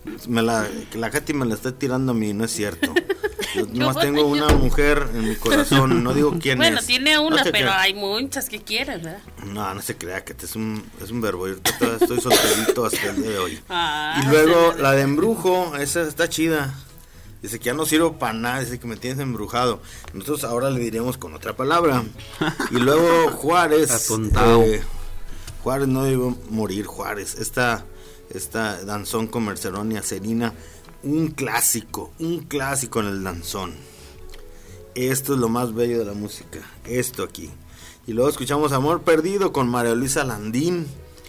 la Katy me la está tirando a mí, no es cierto. Yo nomás tengo una mujer en mi corazón, no digo quién bueno, es. tiene una, no pero crea. hay muchas que quieren, ¿verdad? No se crea, que es un verbo. Yo todavía estoy solterito hasta el día de hoy. Ah, Y luego la de Embrujo, esa está chida. Dice que ya no sirvo para nada, dice que me tienes embrujado. Nosotros ahora le diremos con otra palabra. Y luego Juárez. Juárez no debió morir, Juárez. Esta danzón con Mercerón y Acerina. Un clásico en el danzón. Esto es lo más bello de la música. Esto aquí. Y luego escuchamos Amor Perdido con María Luisa Landín.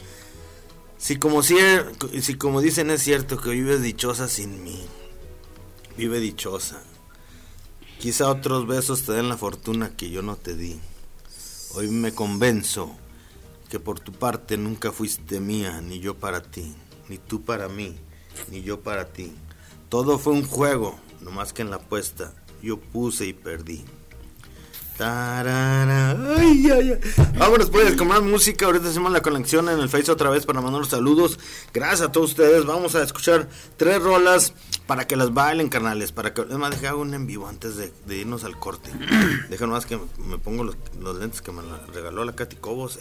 Si como dicen es cierto que vives dichosa sin mí. Vive dichosa. Quizá otros besos te den la fortuna que yo no te di. Hoy me convenzo que por tu parte nunca fuiste mía, ni yo para ti, ni tú para mí, ni yo para ti. Todo fue un juego, no más que en la apuesta yo puse y perdí. Tarara, ay, ay, ay. Vámonos pues con más música. Ahorita hacemos la conexión en el Face otra vez para mandar los saludos. Gracias a todos ustedes. Vamos a escuchar 3 rolas para que las bailen, carnales. Para que les dejar un en vivo antes de irnos al corte. Deja nomás que me pongo los lentes que me regaló la Katy Cobos.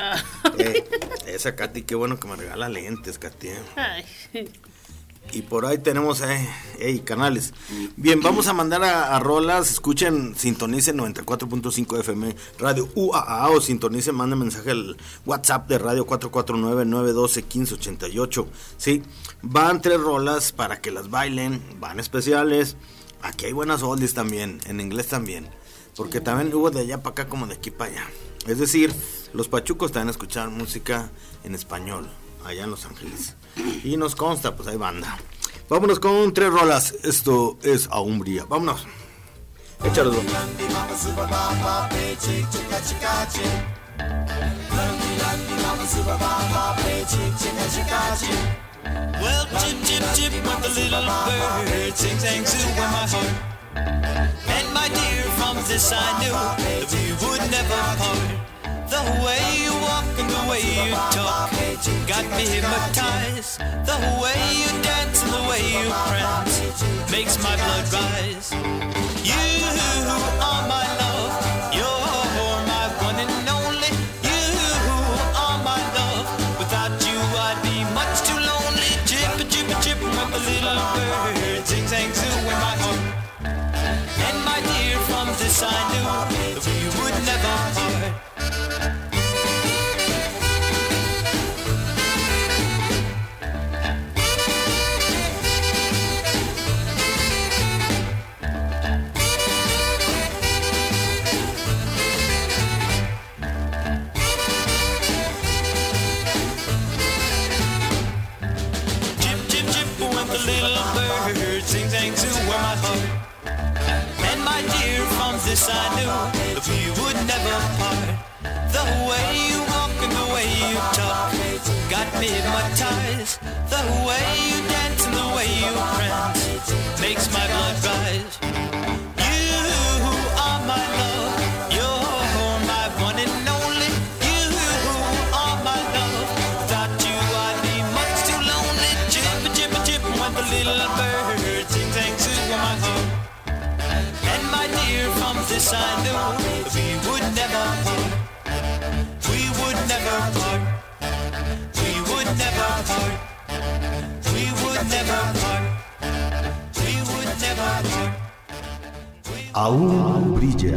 Esa Katy, qué bueno que me regala lentes, Katy. Ay. Y por ahí tenemos, canales. Bien, vamos a mandar a rolas. Escuchen, sintonicen 94.5 FM Radio UAA o sintonicen, manden mensaje al WhatsApp de Radio 449-912-1588. Sí, van 3 rolas para que las bailen, van especiales. Aquí hay buenas oldies también, en inglés también. Porque también hubo de allá para acá como de aquí para allá. Es decir, los pachucos también escuchar música en español allá en Los Ángeles. Y nos consta, pues hay banda. Vámonos con 3 rolas. Esto es Aumbria. Vámonos. Échalo. Well, chip, chip, chip, with the little bird, sing, sang, sue in my heart. And my dear, from this I knew that we would never part. The way you walk and the way you talk got me hypnotized. The way you dance and the way you prance makes my blood rise. You are my love, you're my one and only. You are my love, without you I'd be much too lonely. Chip, chip, chip, with a little bird, sing, sang, sue in my heart. And my dear, from this I knew that we would never part. The little bird sings, sang, sue in my heart. And my dear, from this I knew that we would never part. The way you walk and the way you talk got me hypnotized. The way you dance and the way you prance makes my blood rise. You are my love, you're my one and only. You are my love, without you I'd be much too lonely. Chip, chip, chip, with the little bird sing, sang, sue in my heart. And my dear, from this I knew that we would never part. We would never part. We would never part. We would never part. We would never part. Aún brilla.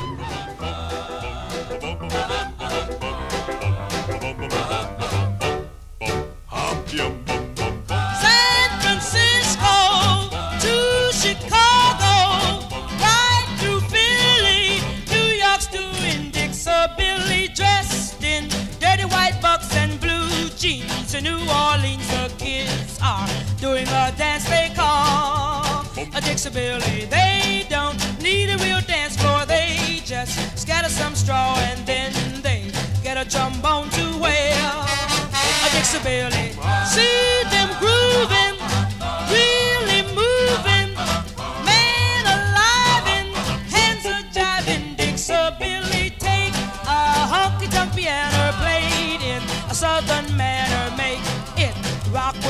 San Francisco to Chicago, right through Philly, New York's doing Dixie-Billy, dressed in dirty white bucks and blue jeans. In New Orleans, the kids are doing a dance they call a Dixie-Billy. They don't need a real dance floor, they just scatter some straw and then they get a trombone to wail a Dixie-Billy. See them grooving, really moving, man alive in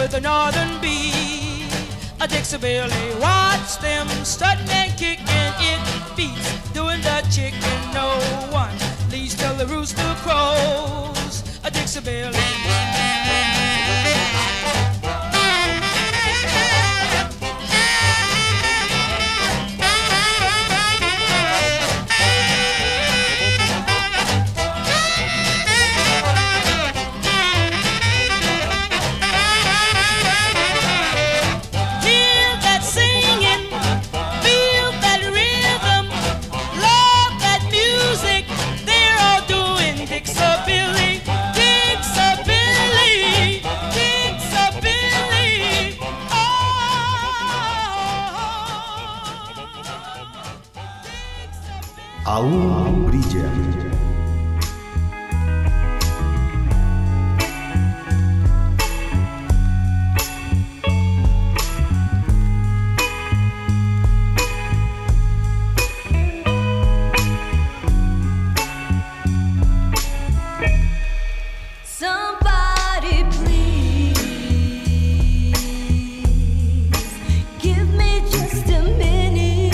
with a northern beat. A Dixie Billy, watch them strutting and kicking. It beats doing the chicken. No one leaves till the rooster crows. A Dixie Billy. Aún brilla. Somebody please give me just a minute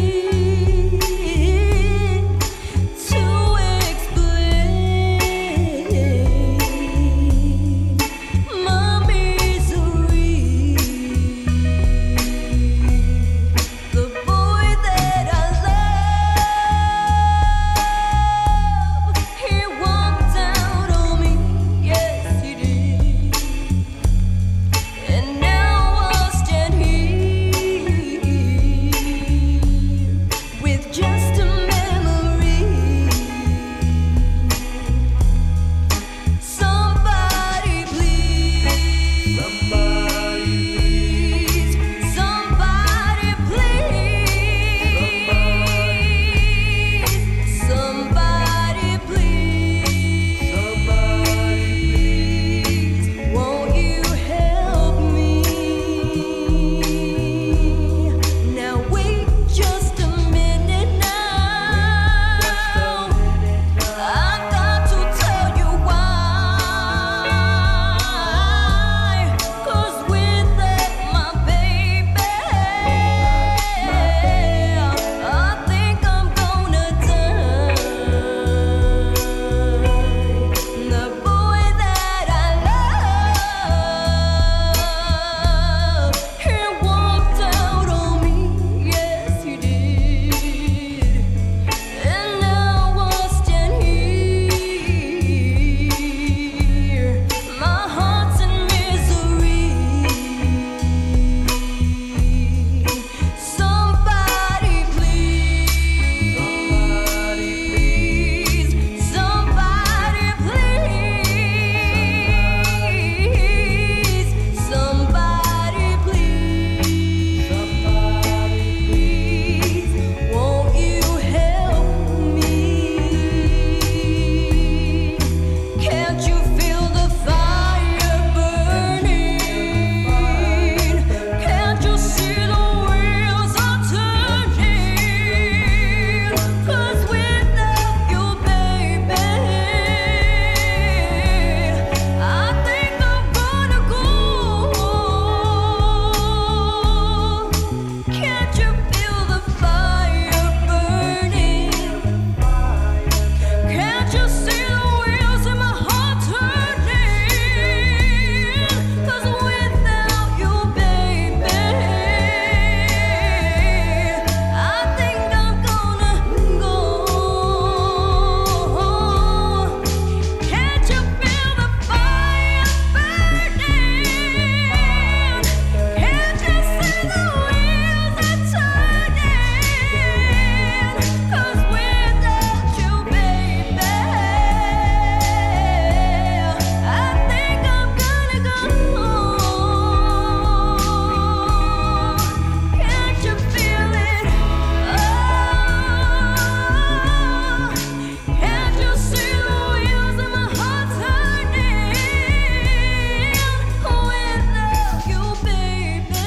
to explain my misery. The boy that I love, he walked out on me. Yes, he did. And now I stand here with just a memory. Somebody please, somebody please, somebody please, won't you help me? Now wait just a minute now. I've got to tell you why. 'Cause without my baby, I think I'm gonna die. The boy that I love, he walked out on me. Yes, he did. And now I stand here, my heart's in misery. Somebody please, somebody please, somebody please, won't you help me? Can't you feel the fire burning? Can't you see the wheels are turning? 'Cause without you, baby, I think I'm gonna go. Can't you feel the fire burning? Can't you see the wheels in my heart turning? 'Cause without you, baby, I think I'm gonna go. Can't you feel the fire burning? Can't you see the wheels are turning? 'Cause without you, baby, I think I'm gonna go. Can't you feel it? Can't you see the wheels in my heart turning? Without you, baby,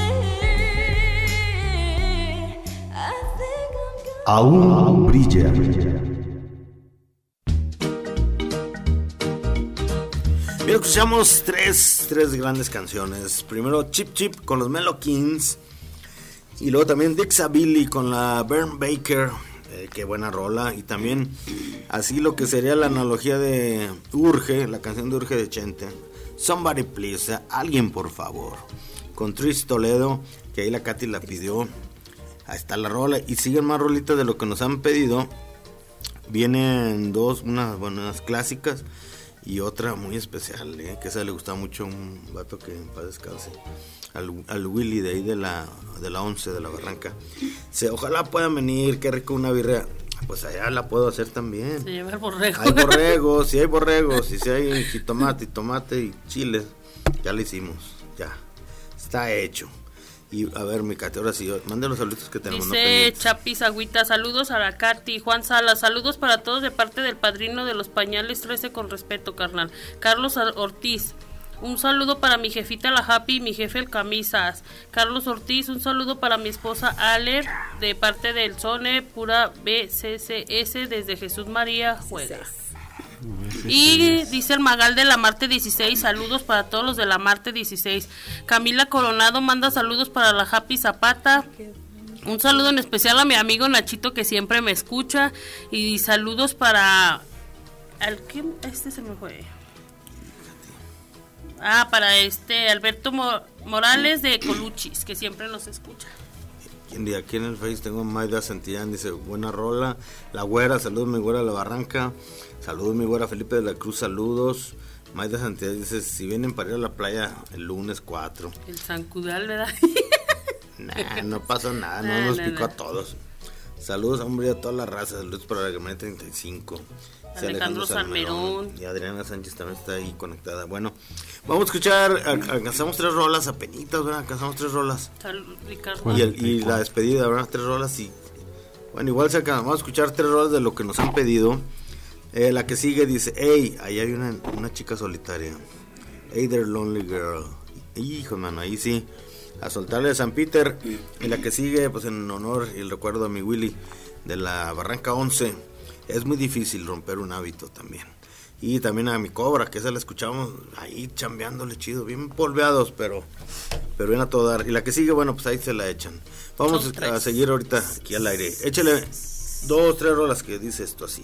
I think I'm gonna. Aún brilla. Bien, escuchamos tres grandes canciones. Primero Chip Chip con los Melo Kings. Y luego también Dixabilly con la Bern Baker. Qué buena rola. Y también así lo que sería la analogía de Urge, la canción de Urge de Chente. Somebody Please, o sea, alguien por favor. Con Tris Toledo, que ahí la Katy la pidió. Ahí está la rola. Y siguen más rolitas de lo que nos han pedido. Vienen unas clásicas y otra muy especial, que esa le gustaba mucho a un vato que en paz descanse, al Willy de ahí de la 11 de la Barranca. Ojalá puedan venir, qué rico una birria. Pues allá la puedo hacer también. Se lleva el borrego. Hay borregos, y si hay jitomate y tomate y chiles, ya lo hicimos, ya está hecho. Y a ver, mi Katy, ahora sí, mande los saludos que tenemos. Dice Chapis Agüita, saludos a la Katy. Juan Salas, saludos para todos de parte del padrino de los pañales 13 con respeto, carnal. Carlos Ortiz, un saludo para mi jefita la Happy y mi jefe el Camisas. Carlos Ortiz, un saludo para mi esposa Aler de parte del Zone Pura BCCS desde Jesús María Juega. Y dice el Magal de la Marte 16, saludos para todos los de la Marte 16. Camila Coronado manda saludos para la Happy Zapata. Un saludo en especial a mi amigo Nachito que siempre me escucha. Y saludos para... se me fue. Para Alberto Morales de Coluchis, que siempre nos escucha. Y aquí en el Face tengo Maida Santillán, dice, buena rola. La Güera, saludos mi Güera de la Barranca. Saludos mi Güera Felipe de la Cruz, saludos. Maida Santillán dice, si vienen para ir a la playa el lunes 4. El Zancudal, ¿verdad? No pasa nada, no nos picó a todos. Saludos, hombre, a toda la raza. Saludos para la Gemini 35. Alejandro Salmerón. Y Adriana Sánchez también está ahí conectada. Bueno, vamos a escuchar, alcanzamos 3 rolas apenitas, ¿verdad? Alcanzamos 3 rolas. Ricardo. Y la despedida, ¿verdad? 3 rolas y... Bueno, igual vamos a escuchar 3 rolas de lo que nos han pedido. La que sigue dice, hey, ahí hay una chica solitaria. Hey there, lonely girl. Hijo, mano, ahí sí. A soltarle de San Peter. Y la que sigue, pues en honor y el recuerdo a mi Willy de la Barranca 11. Es muy difícil romper un hábito también. Y también a mi Cobra, que esa la escuchamos ahí chambeándole chido, bien polveados, pero bien a todo dar. Y la que sigue, bueno, pues ahí se la echan. Vamos a seguir ahorita aquí al aire. Échale 2, 3 rolas que dice esto así.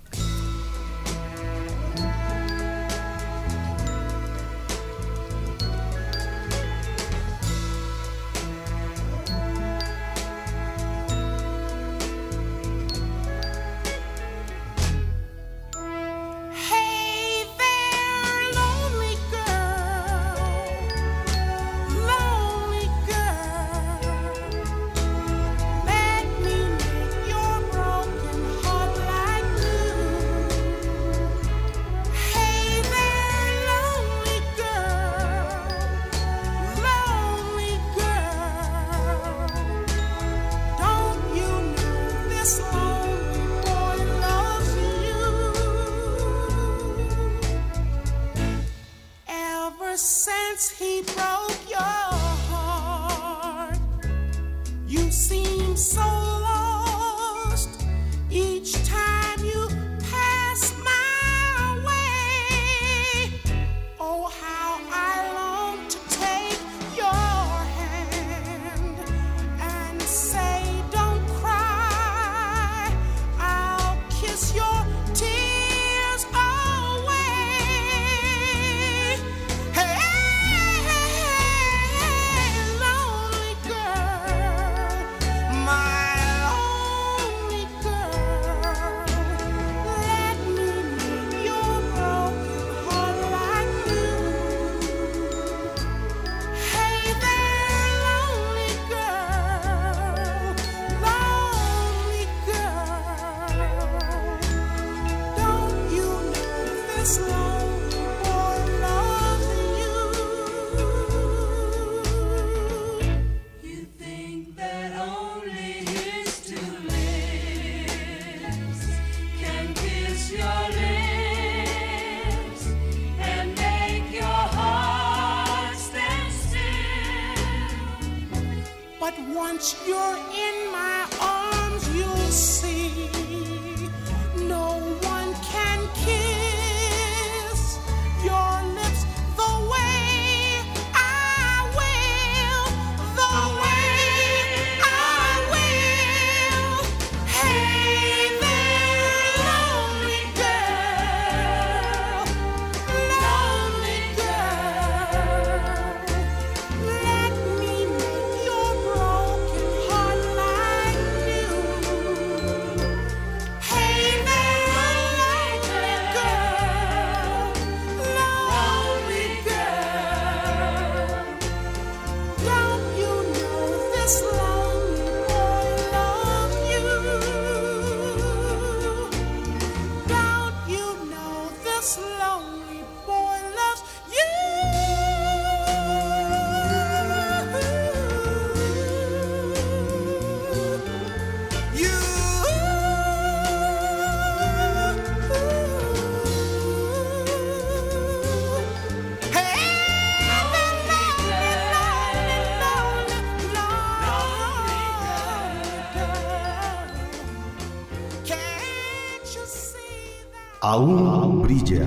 Once you're in my arms, you'll see no one can kiss your lips Aún brilla.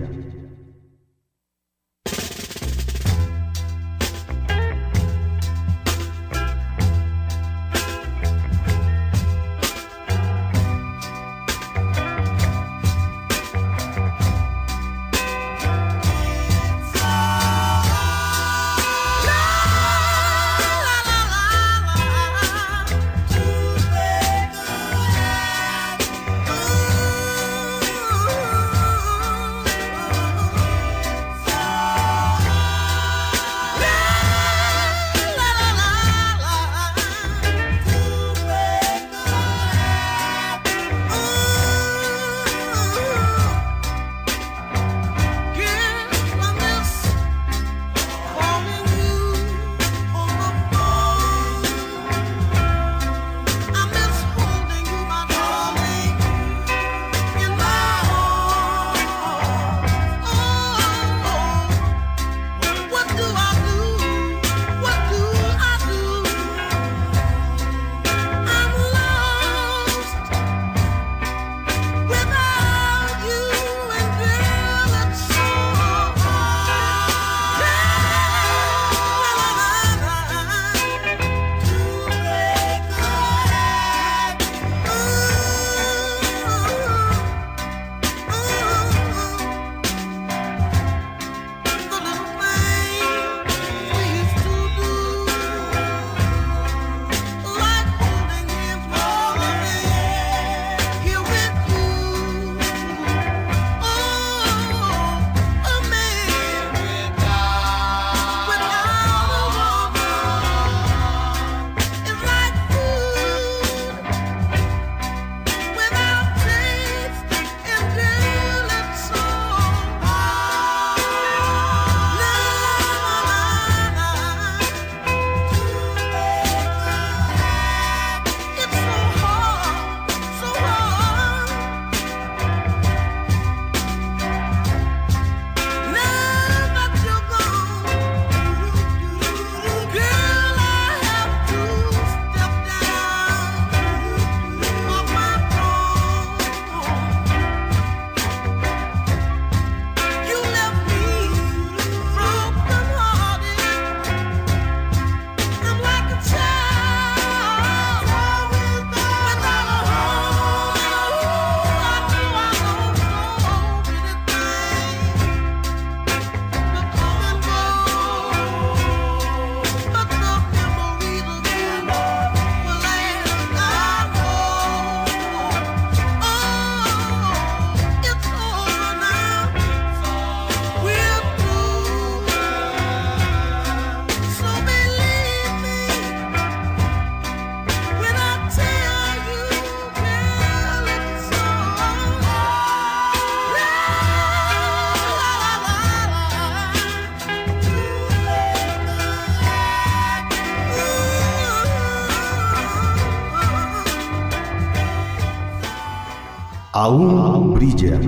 Aún brilla.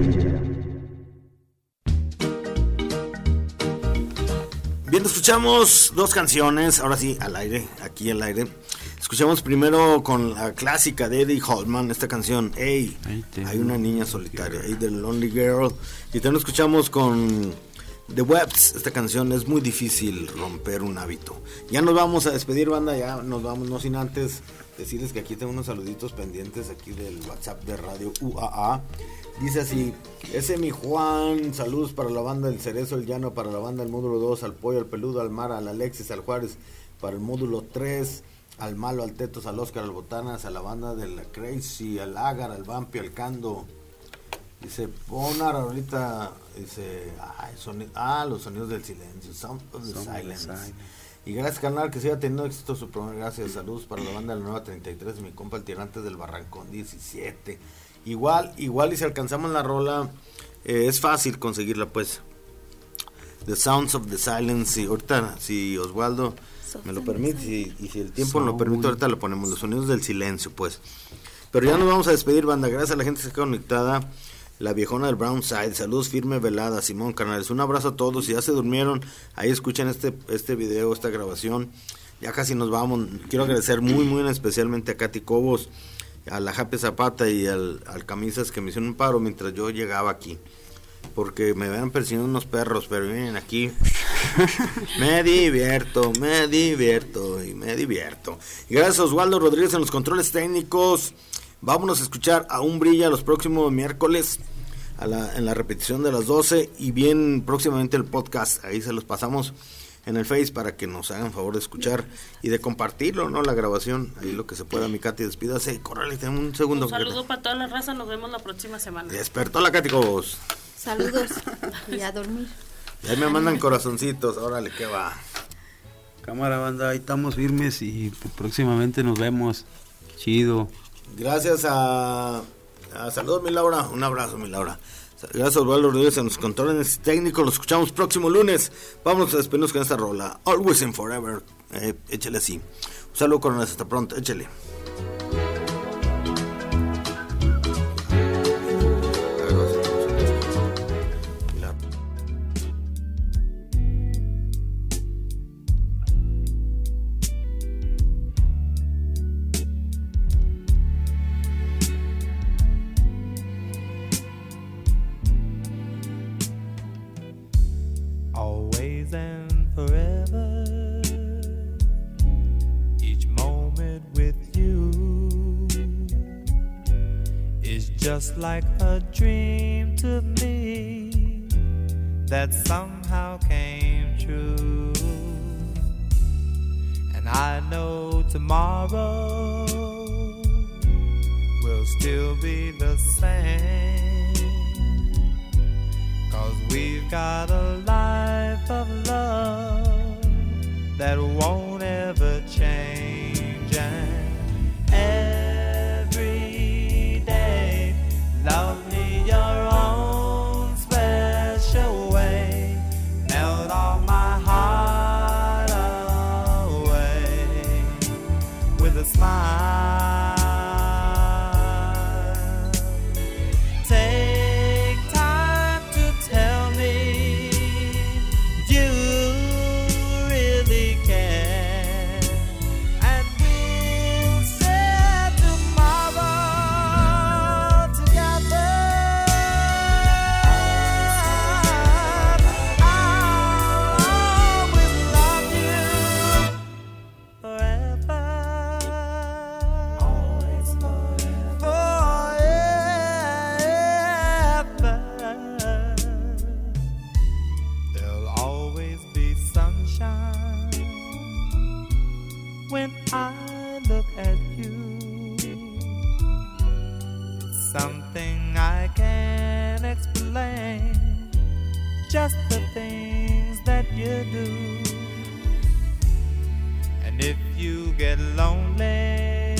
Bien, escuchamos dos canciones, ahora sí, al aire, aquí al aire. Escuchamos primero con la clásica de Eddie Holman, esta canción, Hey, hay una niña solitaria, Hey, The Lonely Girl. Y también escuchamos con The Webs, esta canción, Es muy difícil romper un hábito. Ya nos vamos a despedir, banda, ya nos vamos, no sin antes decirles que aquí tengo unos saluditos pendientes aquí del WhatsApp de Radio UAA. Dice así, ese mi Juan, saludos para la banda del Cerezo, el Llano, para la banda del módulo 2, al Pollo, al Peludo, al Mar, al Alexis, al Juárez, para el módulo 3, al Malo, al Tetos, al Oscar, al Botanas, a la banda de la Crazy, al Agar, al Vampi, al Cando. Dice, pon ahorita, dice, los sonidos del silencio, Sound of the Silence. Y gracias, canal, que siga teniendo éxito su programa. Gracias, saludos para la banda de la Nueva 33, mi compa el Tirante del Barrancón 17. Igual, y si alcanzamos la rola, es fácil conseguirla, pues. The Sounds of the Silence. Y ahorita, si Osvaldo me lo permite, y si el tiempo lo permite, ahorita lo ponemos, los sonidos del silencio, pues. Pero ya nos vamos a despedir, banda. Gracias a la gente que está conectada. La viejona del Brown Side, saludos, firme velada, Simón Canales, un abrazo a todos. Si ya se durmieron, ahí escuchan este video, esta grabación. Ya casi nos vamos. Quiero agradecer muy especialmente a Katy Cobos, a la Happy Zapata y al Camisas que me hicieron un paro mientras yo llegaba aquí. Porque me habían persiguiendo unos perros, pero miren aquí, me divierto. Y gracias a Oswaldo Rodríguez en los controles técnicos. Vámonos a escuchar Aún Brilla los próximos miércoles en la repetición de las 12 y bien próximamente el podcast. Ahí se los pasamos en el Face para que nos hagan favor de escuchar y de compartirlo, ¿no? La grabación, ahí lo que se pueda. Mi Katy, despídase. Córrele, tengo un segundo. Un saludo para toda la raza, nos vemos la próxima semana. Despertó la Katy Cobos. Saludos y a dormir. Y ahí me mandan corazoncitos, órale, ¿qué va? Cámara, banda, ahí estamos firmes y próximamente nos vemos. Chido. Gracias a saludos, mi Laura, un abrazo, mi Laura. Gracias a Osvaldo Rodríguez en los controles técnicos, los escuchamos próximo lunes. Vamos a despedirnos con esta rola, Always and Forever, échale así. Un saludo, coronel, hasta pronto, échale. Always and forever, each moment with you is just like a dream to me that somehow came true. And I know tomorrow will still be the same, 'cause we've got a life of love that won't ever change. And every day, love me your own special way. Melt all my heart away with a smile. When I look at you, it's something I can't explain, just the things that you do. And if you get lonely,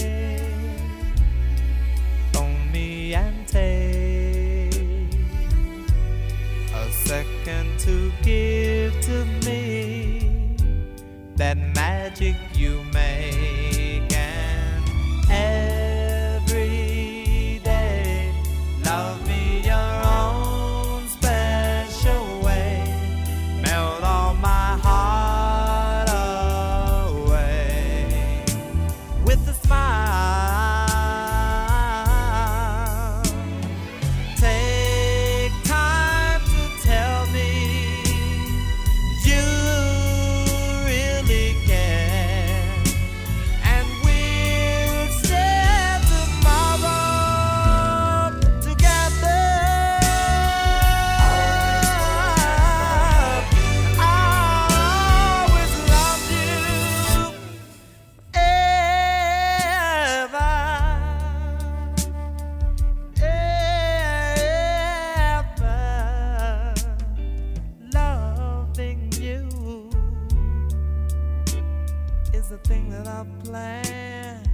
phone me and take a second to give to me that magic you make. And every day, love me your own special way. Melt all my heart away with a smile. Take time to tell me you really care, and we'll share tomorrow together. I always loved you ever, loving you is a thing that I've planned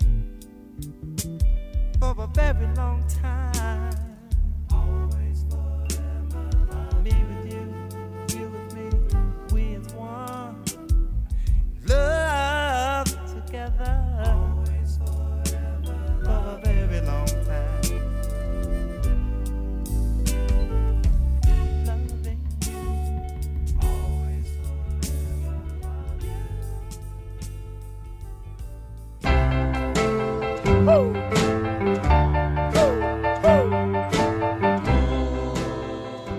for a very long time. Always forever, me with you, you with me, we as one. Love together. Always forever, for a very long time. Loving you, always forever. Woo!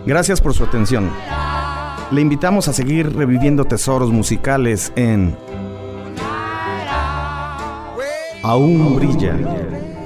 Gracias por su atención. Le invitamos a seguir reviviendo tesoros musicales en Aún Brilla.